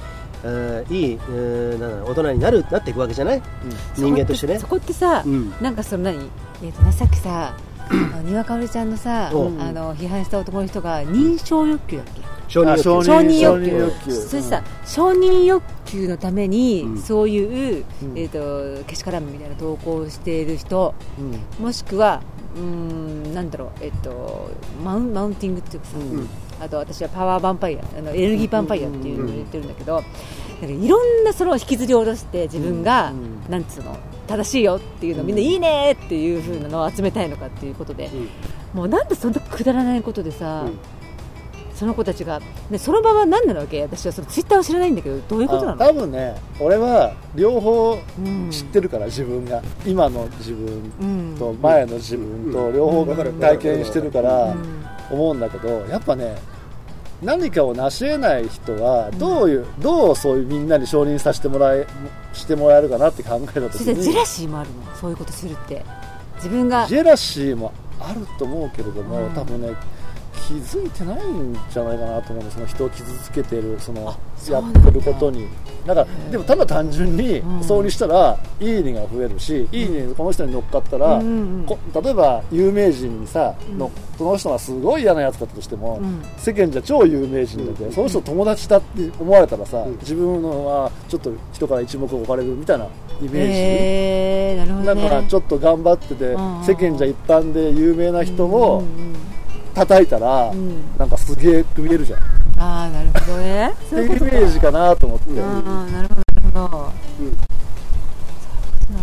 大人になっていくわけじゃない、人間としてね。 そこってさ、なんかそのさっきさ丹羽かおりちゃんのさ批判した男の人が認証欲求だっけ、承認欲求。そしてさ承認欲求のために、そういう、けしからんみたいな投稿をしている人、もしくはなんだろう、マウンティングっていうかさ、あと私はパワーヴァンパイアエネルギーヴァンパイアっていうのを言ってるんだけど、なんかいろんなその引きずり下ろして自分が、なんつうの正しいよっていうのをみんないいねっていう風なのを集めたいのかっていうことで、もうなんでそんなくだらないことでさ、その子たちが、ね、その場は何なわけ。私はそのツイッターを知らないんだけどどういうことなの。 多分ね俺は両方知ってるから、自分が今の自分と前の自分と両方体験してるから思うんだけど、やっぱね何かを成し得ない人はどうそういうみんなに承認させてもらえるかなって考えた時に、 ジェラシーもあるの、そういうことするって自分が。 ジェラシーもあると思うけれども、多分ね気づいてないんじゃないかなと思うの、その人を傷つけてるそのやってることに。だからでもただ単純にそうにしたらいいねが増えるし、いいねこの人に乗っかったら、例えば有名人にさ、その人がすごい嫌なやつだったとしても、世間じゃ超有名人だけど、その人友達だって思われたらさ、自分のはちょっと人から一目置かれるみたいなイメージ、 なるほどね、 だからちょっと頑張ってて、世間じゃ一般で有名な人も叩いたら、なんかすげえ見えるじゃん。 なるほどね。 っていうイメージかなと思って。 なるほどなるほど。そうなんだ。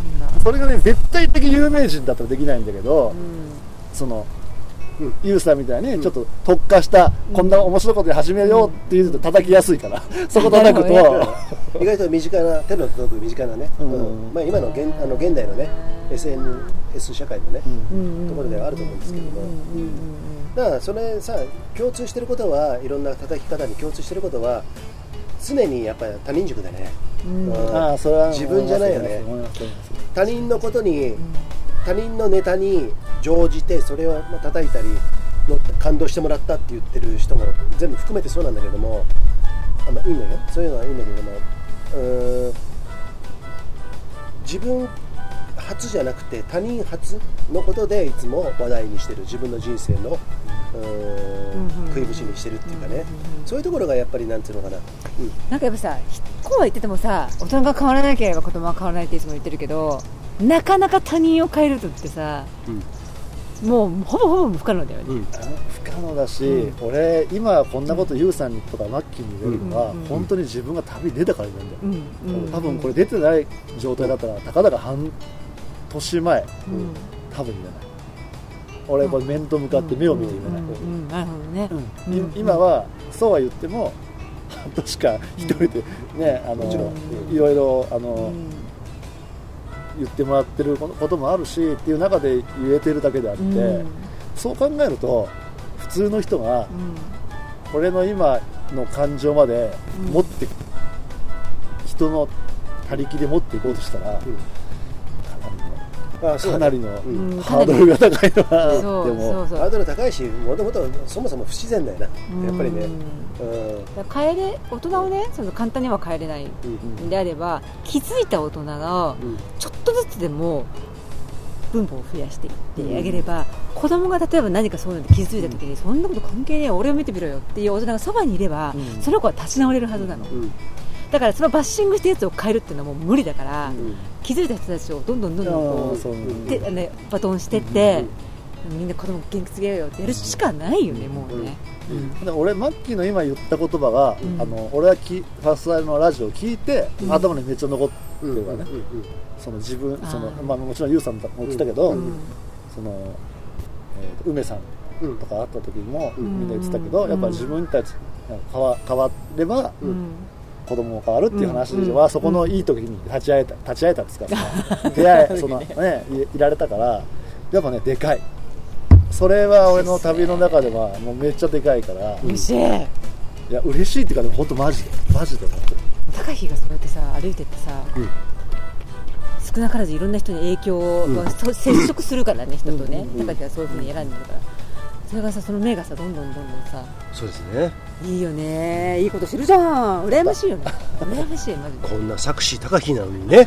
それがね絶対的有名人だったらできないんだけど、そのユウさんみたいにちょっと特化したこんな面白いことで始めようっていうと叩きやすいから、そこ叩くと意外と身近な手の届く身近なね、まあ今の現代のね SNS 社会のねところではあると思うんですけども、だからそれさ共通してることは、いろんな叩き方に共通してることは常にやっぱり他人軸だね。 それは自分じゃないよね。他人のことに、他人のネタに乗じてそれを叩いたり感動してもらったって言ってる人も全部含めてそうなんだけども、いいんだよ、そういうのはいいんだけども、自分初じゃなくて他人初のことでいつも話題にしてる、自分の人生の食い節にしてるっていうかね、そういうところがやっぱりなんていうのかな、 なんかやっぱさ、こうは言っててもさ、大人が変わらなければ子供は変わらないっていつも言ってるけど、なかなか他人を変えるとってさ、もうほぼ不可能だよね。 不可能だし、俺今こんなことユウさんにとかマッキーに言えるのは、本当に自分が旅に出たからなんだよ。多分これ出てない状態だったらたかだか半年前、多分言えない。俺これ面と向かって目を見て言えない。 なるほどね。 今はそうは言っても半年間一人でね、いろいろ言ってもらってることもあるしっていう中で言えてるだけであって、そう考えると普通の人が俺の今の感情まで持って人の他力で持っていこうとしたら、かなりのハードルが高いのは、でもハードル高いし、もともとそもそも不自然だよな、やっぱりね。 大人をね、その簡単には変えれないんであれば、気づいた大人がちょっとずつでも分母を増やしていってあげれば、子供が例えば何かそういうので気づいた時に、そんなこと関係ねえよ、俺を見てみろよっていう大人がそばにいれば、その子は立ち直れるはずなの。だからそのバッシングしたやつを変えるっていうのはもう無理だから、気づいた人たちをどんどんこうバトンしてって、みんな子供元気つけようよってやるしかないよね、もうね。 俺マッキーの今言った言葉が、俺はファーストアイのラジオを聞いて、頭にめっちゃ残ってるからね。その自分、もちろんユウさんも言ってたけど、その梅さんとか会った時もみんな言ってたけど、やっぱ自分たち変われば子供も変わるっていう話は、そこのいい時に立ち会えたんですから出会い、そのねいられたから、やっぱねでかい。それは俺の旅の中ではもうめっちゃでかいから。 嬉しい。いや嬉しいっていうか、でも本当マジで高飛がそうやってさ歩いてってさ、少なからずいろんな人に影響を、接触するからね、人とね。高飛はそういうふうに選んでるから、それがさ、その目がさ、どんどんさ、 そうですね、 いいよね、いいことしてるじゃん、羨ましいよね、羨ましい、マジで。 こんな作詞高飛なのにね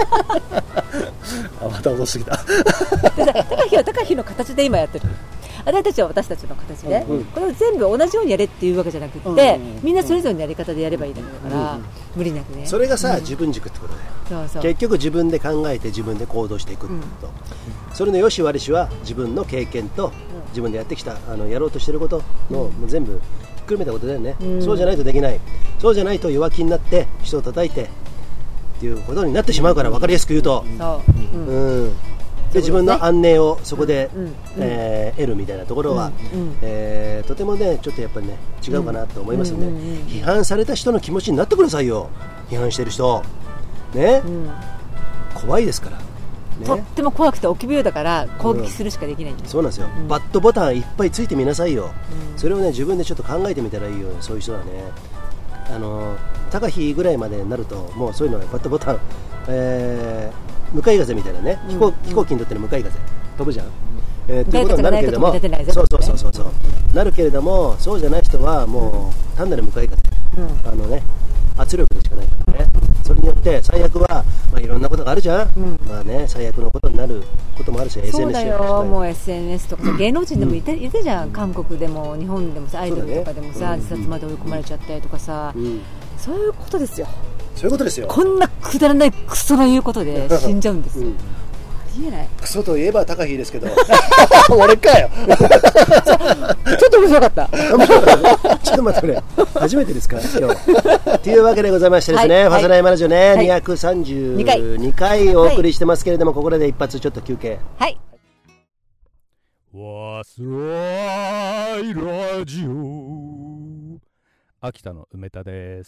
また戻してきたでさ、高飛は高飛の形で今やってる。私たちは私たちの形で、これを全部同じようにやれっていうわけじゃなくって、みんなそれぞれのやり方でやればいいだけだから、無理なくね。 それがさ、自分軸ってことだよ。結局自分で考えて自分で行動していくと、それの良し悪しは自分の経験と自分でやってきたやろうとしてることのもう全部ひっくるめたことだよね。そうじゃないとできない。そうじゃないと弱気になって人を叩いてっていうことになってしまうから、分かりやすく言うと、で自分の安寧をそこで得るみたいなところはとてもね、ちょっとやっぱりね違うかなと思いますね。批判された人の気持ちになってくださいよ。批判してる人ね、怖いですから。 とっても怖くて臆病だから攻撃するしかできないんだよ。 そうなんですよ、バットボタンいっぱいついてみなさいよ。それをね自分でちょっと考えてみたらいいよ。そういう人はね、高飛ぐらいまでになるともうそういうのはバットボタン、向かい風みたいなね、飛行機にとっての向かい風飛ぶじゃん、ということになるけれども、そうなるけれども、そうじゃない人はもう単なる向かい風、圧力でしかないからね。それによって最悪は、いろんなことがあるじゃん、最悪のことになることもあるし、 そうだよ、もう SNS とかさ、芸能人でもいたじゃん、韓国でも日本でもさ、アイドルとかでもさ、自殺まで追い込まれちゃったりとかさ、そういうことですよ。 そういうことですよ。 こんなくだらないクソの言うことで死んじゃうんですよ。 いいじゃない。 クソといえば高飛ですけど俺かよちょっと面白かったちょっと待ってくれ、初めてですか今日というわけでございましてですね、ファスナイマラジオね、232回お送りしてますけれども、ここで一発ちょっと休憩。 はい。 わすらいラジオ、秋田の梅田です。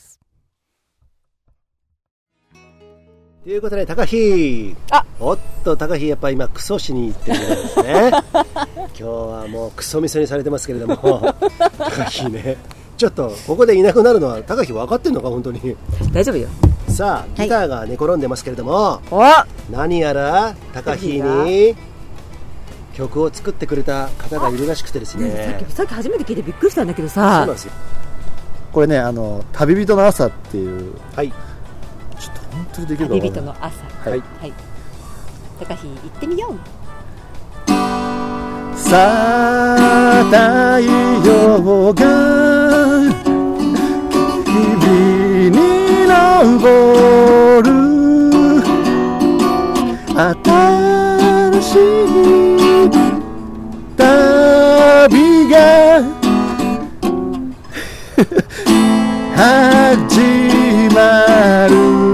ということで、高飛、おっと高飛やっぱ今クソしに行ってるんですね今日はもうクソみそにされてますけれども高飛ね、ちょっとここでいなくなるのは高飛分かってんのか本当に。 大丈夫よ。 さあギターが寝転んでますけれども、何やら高飛に曲を作ってくれた方がいるらしくてですね、 さっき初めて聞いてびっくりしたんだけどさ。 そうなんですよ。 これね、旅人の朝っていう、 はい、 ちょっと本当にできるか旅人の朝、 はい、 はい、高飛行ってみよう。 さあ太陽が君に昇る新しい旅が始まる。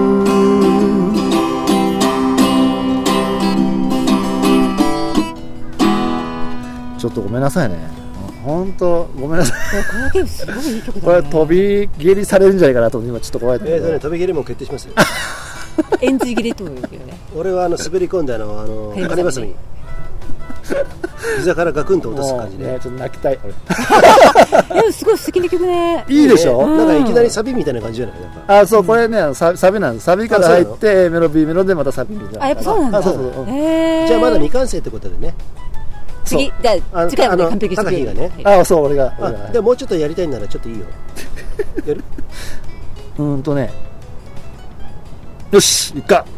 ちょっとごめんなさいね、本当ごめんなさい。 このゲームすごいいい曲だね。 これ飛び蹴りされるんじゃないかなと今ちょっと怖い。 飛び蹴りも決定しますよ円髄切れと思うけどね。 俺は滑り込んでカニバスに膝からガクンと落とす感じで、 ね、ちょっと泣きたい俺でもすごい素敵な曲ね。 いいでしょ、 なんかいきなりサビみたいな感じじゃないなんか。 そう、これねサビなんです。サビから入って A メロ B メロでまたサビみたいな。 やっぱそうなんだ。 そう、 じゃあまだ未完成ってことでね。 次回はね完璧して高飛がね。 そう俺がでももうちょっとやりたいならちょっといいよやるね、よし行っか。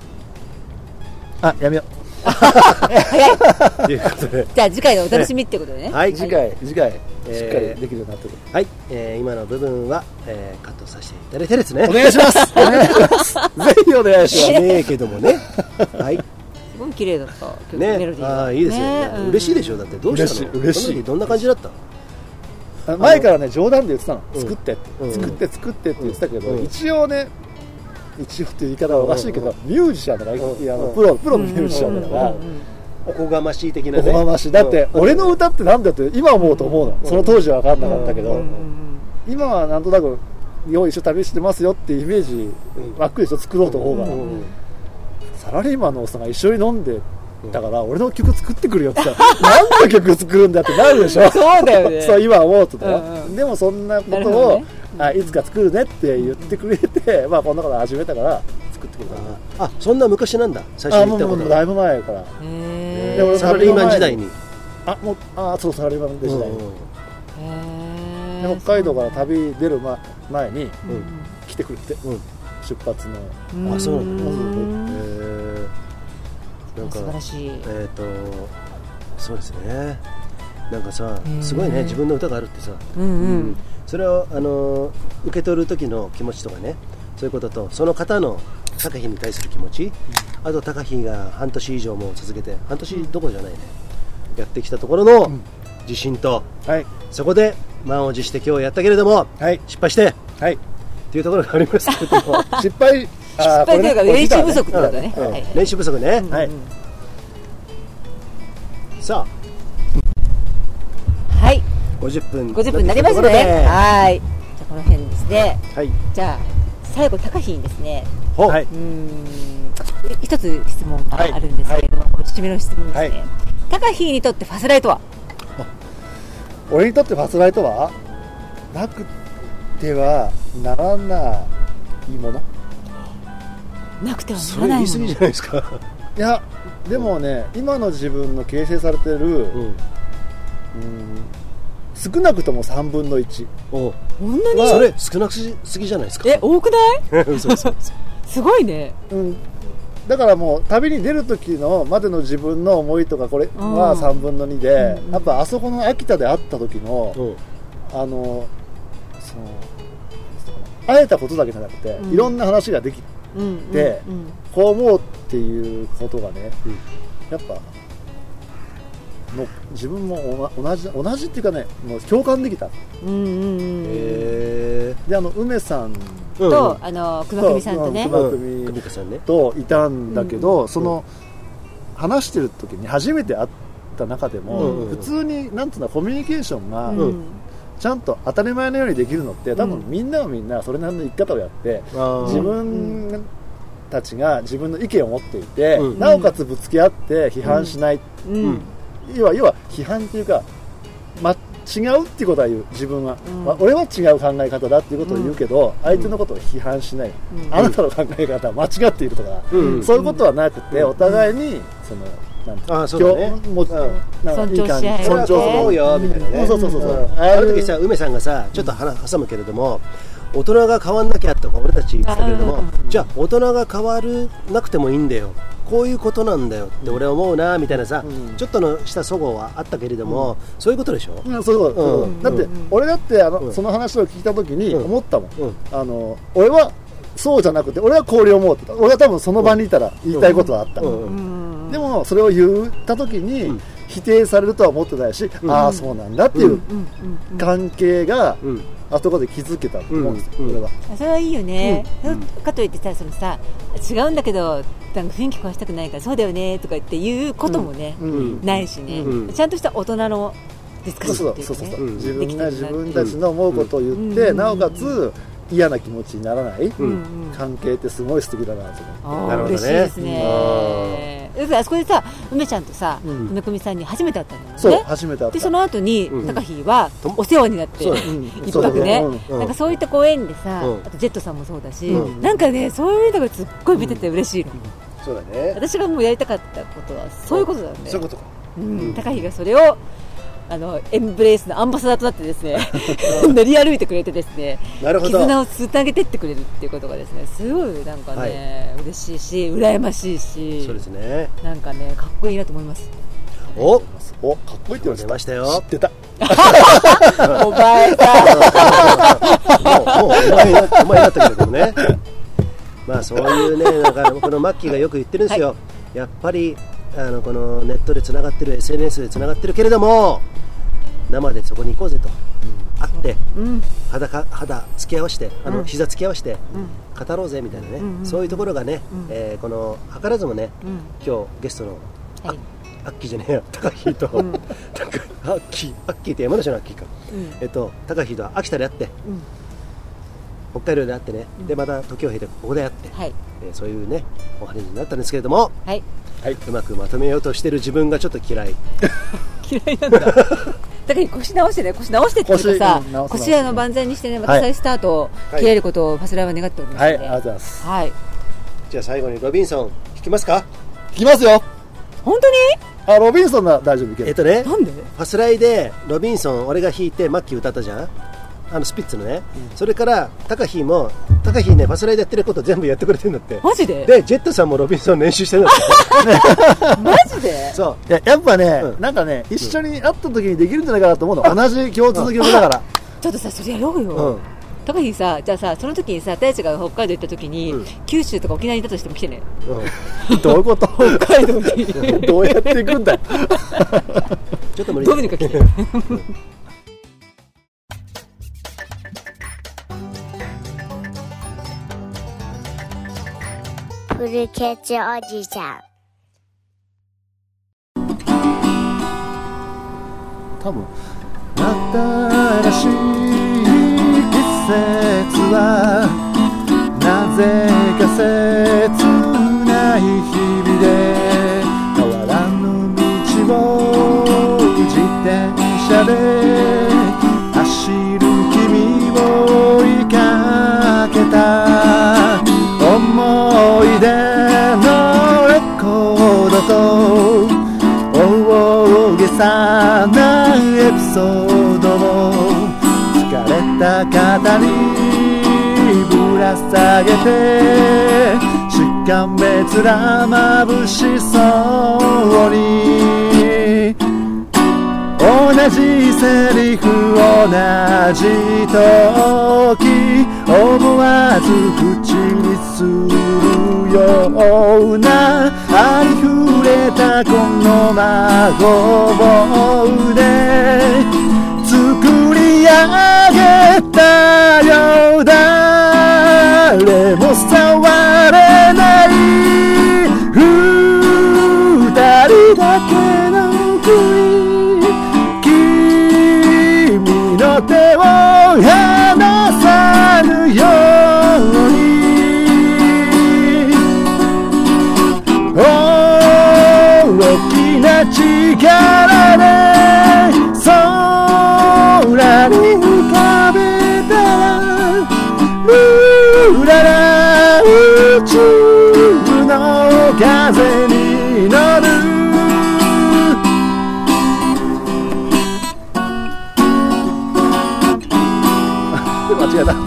やめよう早いということで、じゃあ次回のお楽しみってことでね。 はい、次回しっかりできるようになってる。 はい、今の部分はカットさせていただいてですね。 お願いしますお願いしますぜひお願いします。 ねえけどもねはい、 すごい綺麗だったね。 メロディーがいいですよね。嬉しいでしょ。だってどうしたの？ 嬉しい。 どんな感じだった？ 前からね冗談で言ってたの。作ってって言ってたけど、一応っていう言い方はおかしいけど、ミュージシャンだから、プロのミュージシャンだから、 おこがましい的なね。 おこがましい。だって俺の歌ってなんだって今思うと思うの。その当時は分かんなかったけど、今はなんとなく一緒旅してますよっていうイメージばっくりと作ろうと思うから、サラリーマンのおっさんが一緒に飲んでだから俺の曲作ってくるよってさ何の曲作るんだってなるでしょ。 そうだよね。 そう今思うとだよ。でもそんなことをいつか作るねって言ってくれて、こんなこと始めたから作ってくれた。そんな昔なんだ。最初に言ったこと。 もうだいぶ前から。 でサラリーマン時代に。 そうサラリーマン時代に。で北海道から旅出る前に来てくれて、出発の。 そうなんだ。なんか素晴らしい。 そうですね。なんかさ、すごいね、自分の歌があるってさ、それを受け取る時の気持ちとかね、そういうこととその方の高飛に対する気持ち、あと高飛が半年以上も続けて、半年どころじゃないね、やってきたところの自信と、そこで満を持して今日やったけれども、失敗して、っていうところがありますけども失敗というか練習不足ってことだね。 練習不足ね。さあ、はい、50分になりましたね。はい、じゃあこの辺ですね。じゃあ最後高飛にですね、一つ質問があるんですけれども、この締めの質問ですね。高飛にとってファスライとは？ 俺にとってファスライとはなくてはならないもの。 なくてはならないもの。それ言い過ぎじゃないですか。 いやでもね、今の自分の形成されてる、少なくとも3分の1。 こんなに？ それ少なくすぎじゃないですか。 多くないすごいね。 だからもう旅に出る時のまでの自分の思いとか、これは3分の2で、やっぱあそこの秋田で会った時のその会えたことだけじゃなくて、いろんな話ができて、こう思うっていうことがね、やっぱ自分も同じっていうかね、もう共感できた。で梅さんと熊組さんとね、 熊組といたんだけど、その話してる時に初めて会った中でも、普通になんつうのコミュニケーションがちゃんと当たり前のようにできるのって、多分みんなはみんなそれなりの生き方をやって、自分たちが自分の意見を持っていて、なおかつぶつけ合って批判しない、要は批判っていうか、違うっていうことは言う、自分は、俺は違う考え方だっていうことを言うけど、相手のことを批判しない、あなたの考え方は間違っているとか、そういうことはなくて、お互いにそのそうだね、 尊重し合える、 尊重思うよみたいなね。 そうある時さ、梅さんがさ、ちょっと話挟むけれども、大人が変わんなきゃとか俺たち言ってたけれども、じゃあ大人が変わるなくてもいいんだよ、こういうことなんだよって俺は思うなみたいなさ、ちょっとのした齟齬はあったけれども、そういうことでしょ。 そういうこと、だって俺だってその話を聞いた時に思ったもん、俺はそうじゃなくて、俺はこう思うって、俺は多分その場にいたら言いたいことはあった、でもそれを言った時に否定されるとは思ってないし、ああそうなんだっていう関係があそこで気づけたと思うんですよ、俺は。 それはいいよね、かといってさ、そのさ、違うんだけどなんか雰囲気壊したくないからそうだよねとかっていうこともね、ないしね、ちゃんとした大人のディスカッションっていうかね、 自分が自分たちの思うことを言って、なおかつ嫌な気持ちにならない関係ってすごい素敵だなと思って。 なるほどね。 嬉しいですね。あそこでさ、梅ちゃんとさ、梅組さんに初めて会ったんだよね。 そう、初めて会った。 でその後に高飛はお世話になって一泊ね、なんかそういったご縁でさ、あとジェットさんもそうだし、なんかね、そういうのがすっごい見てて嬉しいの。 そうだね。 私がもうやりたかったことはそういうことだよね。 そういうことか。 高飛がそれをエンブレイスのアンバサダーとなってですね練り歩いてくれてですね、絆をつなげてってくれるっていうことがですね、すごいなんかね、嬉しいし羨ましいし、 そうですね、 なんかね、かっこいいなと思います。 おかっこいいって言われましたよ。 知ってた。 お前もうお前だったけどね。まあそういうね、なんかこのマッキーがよく言ってるんですよ。やっぱりこのネットでつながってる、 SNS でつながってるけれども、生でそこに行こうぜと、会って、肌付き合わして、膝付き合わして、語ろうぜみたいなね、そういうところがね、この図らずもね、今日ゲストのアッキーじゃねえよ、高飛と、アッキーって山梨のアッキーか、高飛と秋田で会って、北海道で会ってね、でまた時を経てここで会って、そういうねお話になったんですけれども、うまくまとめようとしてる自分がちょっと嫌いなんだ。だから腰直してね、腰直してっていうかさ、腰万全にしてね、また再スタートを切れることをファスライは願っておりますので、 ありがとうございます。 じゃあ最後にロビンソン弾きますか？ 弾きますよ。 本当に？ ロビンソンなら大丈夫。 なんで？ ファスライでロビンソン俺が弾いてマッキー歌ったじゃん、スピッツのね、それから高飛ね、ファスライでやってること全部やってくれてるんだって。 マジで？ でジェットさんもロビンソン練習してるんだって。 マジで？ そう。 やっぱね、なんかね、一緒に会った時にできるんじゃないかなと思うの。同じ共通の曲だから。 ちょっとさ、それやろうよ。高飛さ、じゃあさ、その時にさ、大地が北海道行った時に、九州とか沖縄にいたとしても来てね。 どういうこと？ 北海道にどうやって行くんだよ。 ちょっと無理。 どうにか来て。 フルケツおじさん。 多分新しい季節はなぜか切ない日々で、変わらぬ道を自転車で走る君を追いかけた、思い出のレコードと大げさなエピソードを疲れた肩にぶら下げて、しかめ面眩しそうに同じセリフ同じ時思わず口にするようなありふれたこの魔法で作り上げたよ。誰も触れない二人だけの国、君の手を離さぬように大きな力で空に浮かべたらうらら宇宙の風に乗る。間違えた。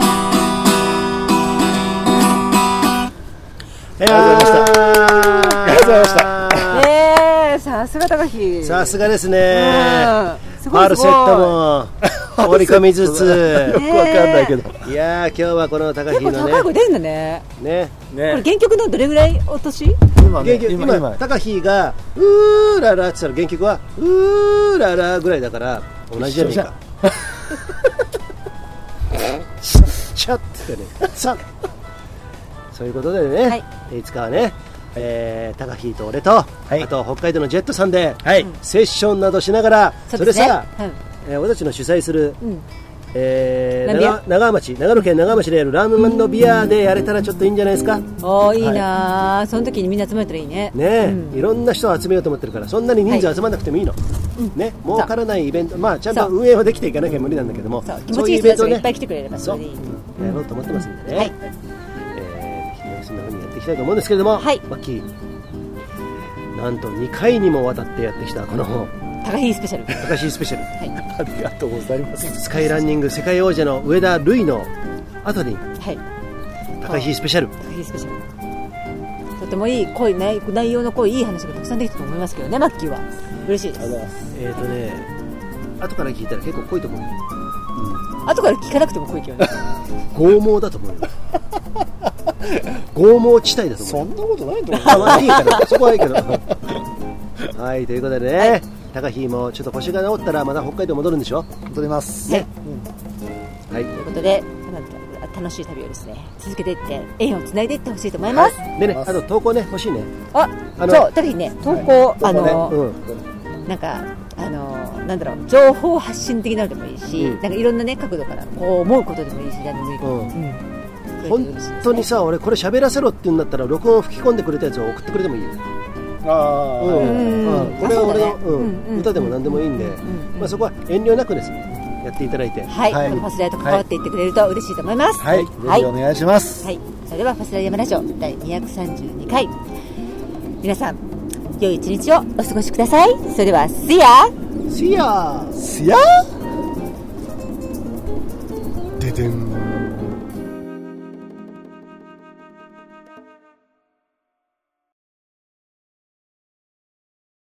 ありがとうございました。ありがとうございました。 さすが高木。 さすがですね。ファルセットも折り込みつつよくわかんないけど。 いやー今日はこの高木のね。 結構高い声出るんだね。 ね。 これ原曲のどれぐらいお年？ 今高木がうーららって言ったら原曲はうーららぐらいだから同じじゃねえか。シャッてね。さあ。そういうことでね。はい、いつかはね。高木と俺と、はい、あと北海道のジェットさんで、はい、セッションなどしながら、それさ、俺たちの主催する、長野県長町でやるラーメンビアでやれたらちょっといいんじゃないですか。 おーいいな、はい、その時にみんな集まれたらいいね。 ね、いろんな人を集めようと思ってるからそんなに人数集まらなくてもいいの、ね、儲からないイベント、まあちゃんと運営はできていかなきゃ無理なんだけども、 気持ちいい人たちがいっぱい来てくれればそれでいい、 やろうと思ってますんでね、はい、そんな風にやっていきたいと思うんですけれども、はい、マッキーなんと2回にもわたってやってきたこの高木スペシャル、 高木スペシャル、はい、 ありがとうございます。 スカイランニング世界王者の上田瑠衣の後に、はい、高木スペシャル、 高木スペシャル、とてもいい濃い内容の濃いいい話がたくさんできたと思いますけどね、マッキーは嬉しいです。 後から聞いたら結構濃いと思う、 後から聞かなくても濃いけどね剛毛だと思うよ剛毛地帯だと思う。 そんなことないと思う。 まあいいからそこはいいけどはい、ということでね、はい、高木もちょっと腰が治ったらまた北海道戻るんでしょ。 戻りますね、はい、ということで楽しい旅をですね続けていって縁をつないでいってほしいと思います、はい、 でね、あと投稿ね欲しいね。 そう高木ね、投稿、なんかなんだろう、情報発信的なのでもいいし、なんかいろんなね角度からこう思うことでもいいし、何でもいいから、 本当にさ、俺これ喋らせろって言うんだったら録音を吹き込んでくれたやつを送ってくれてもいいよ。これは俺の歌でも何でもいいんで、まあそこは遠慮なくですねやっていただいて、 はい、ファスライと関わっていってくれると嬉しいと思います。 はい、ぜひお願いします。 はい、それではファスライ山ラジオ第232回、皆さん良い一日をお過ごしください。それでは See ya ででん。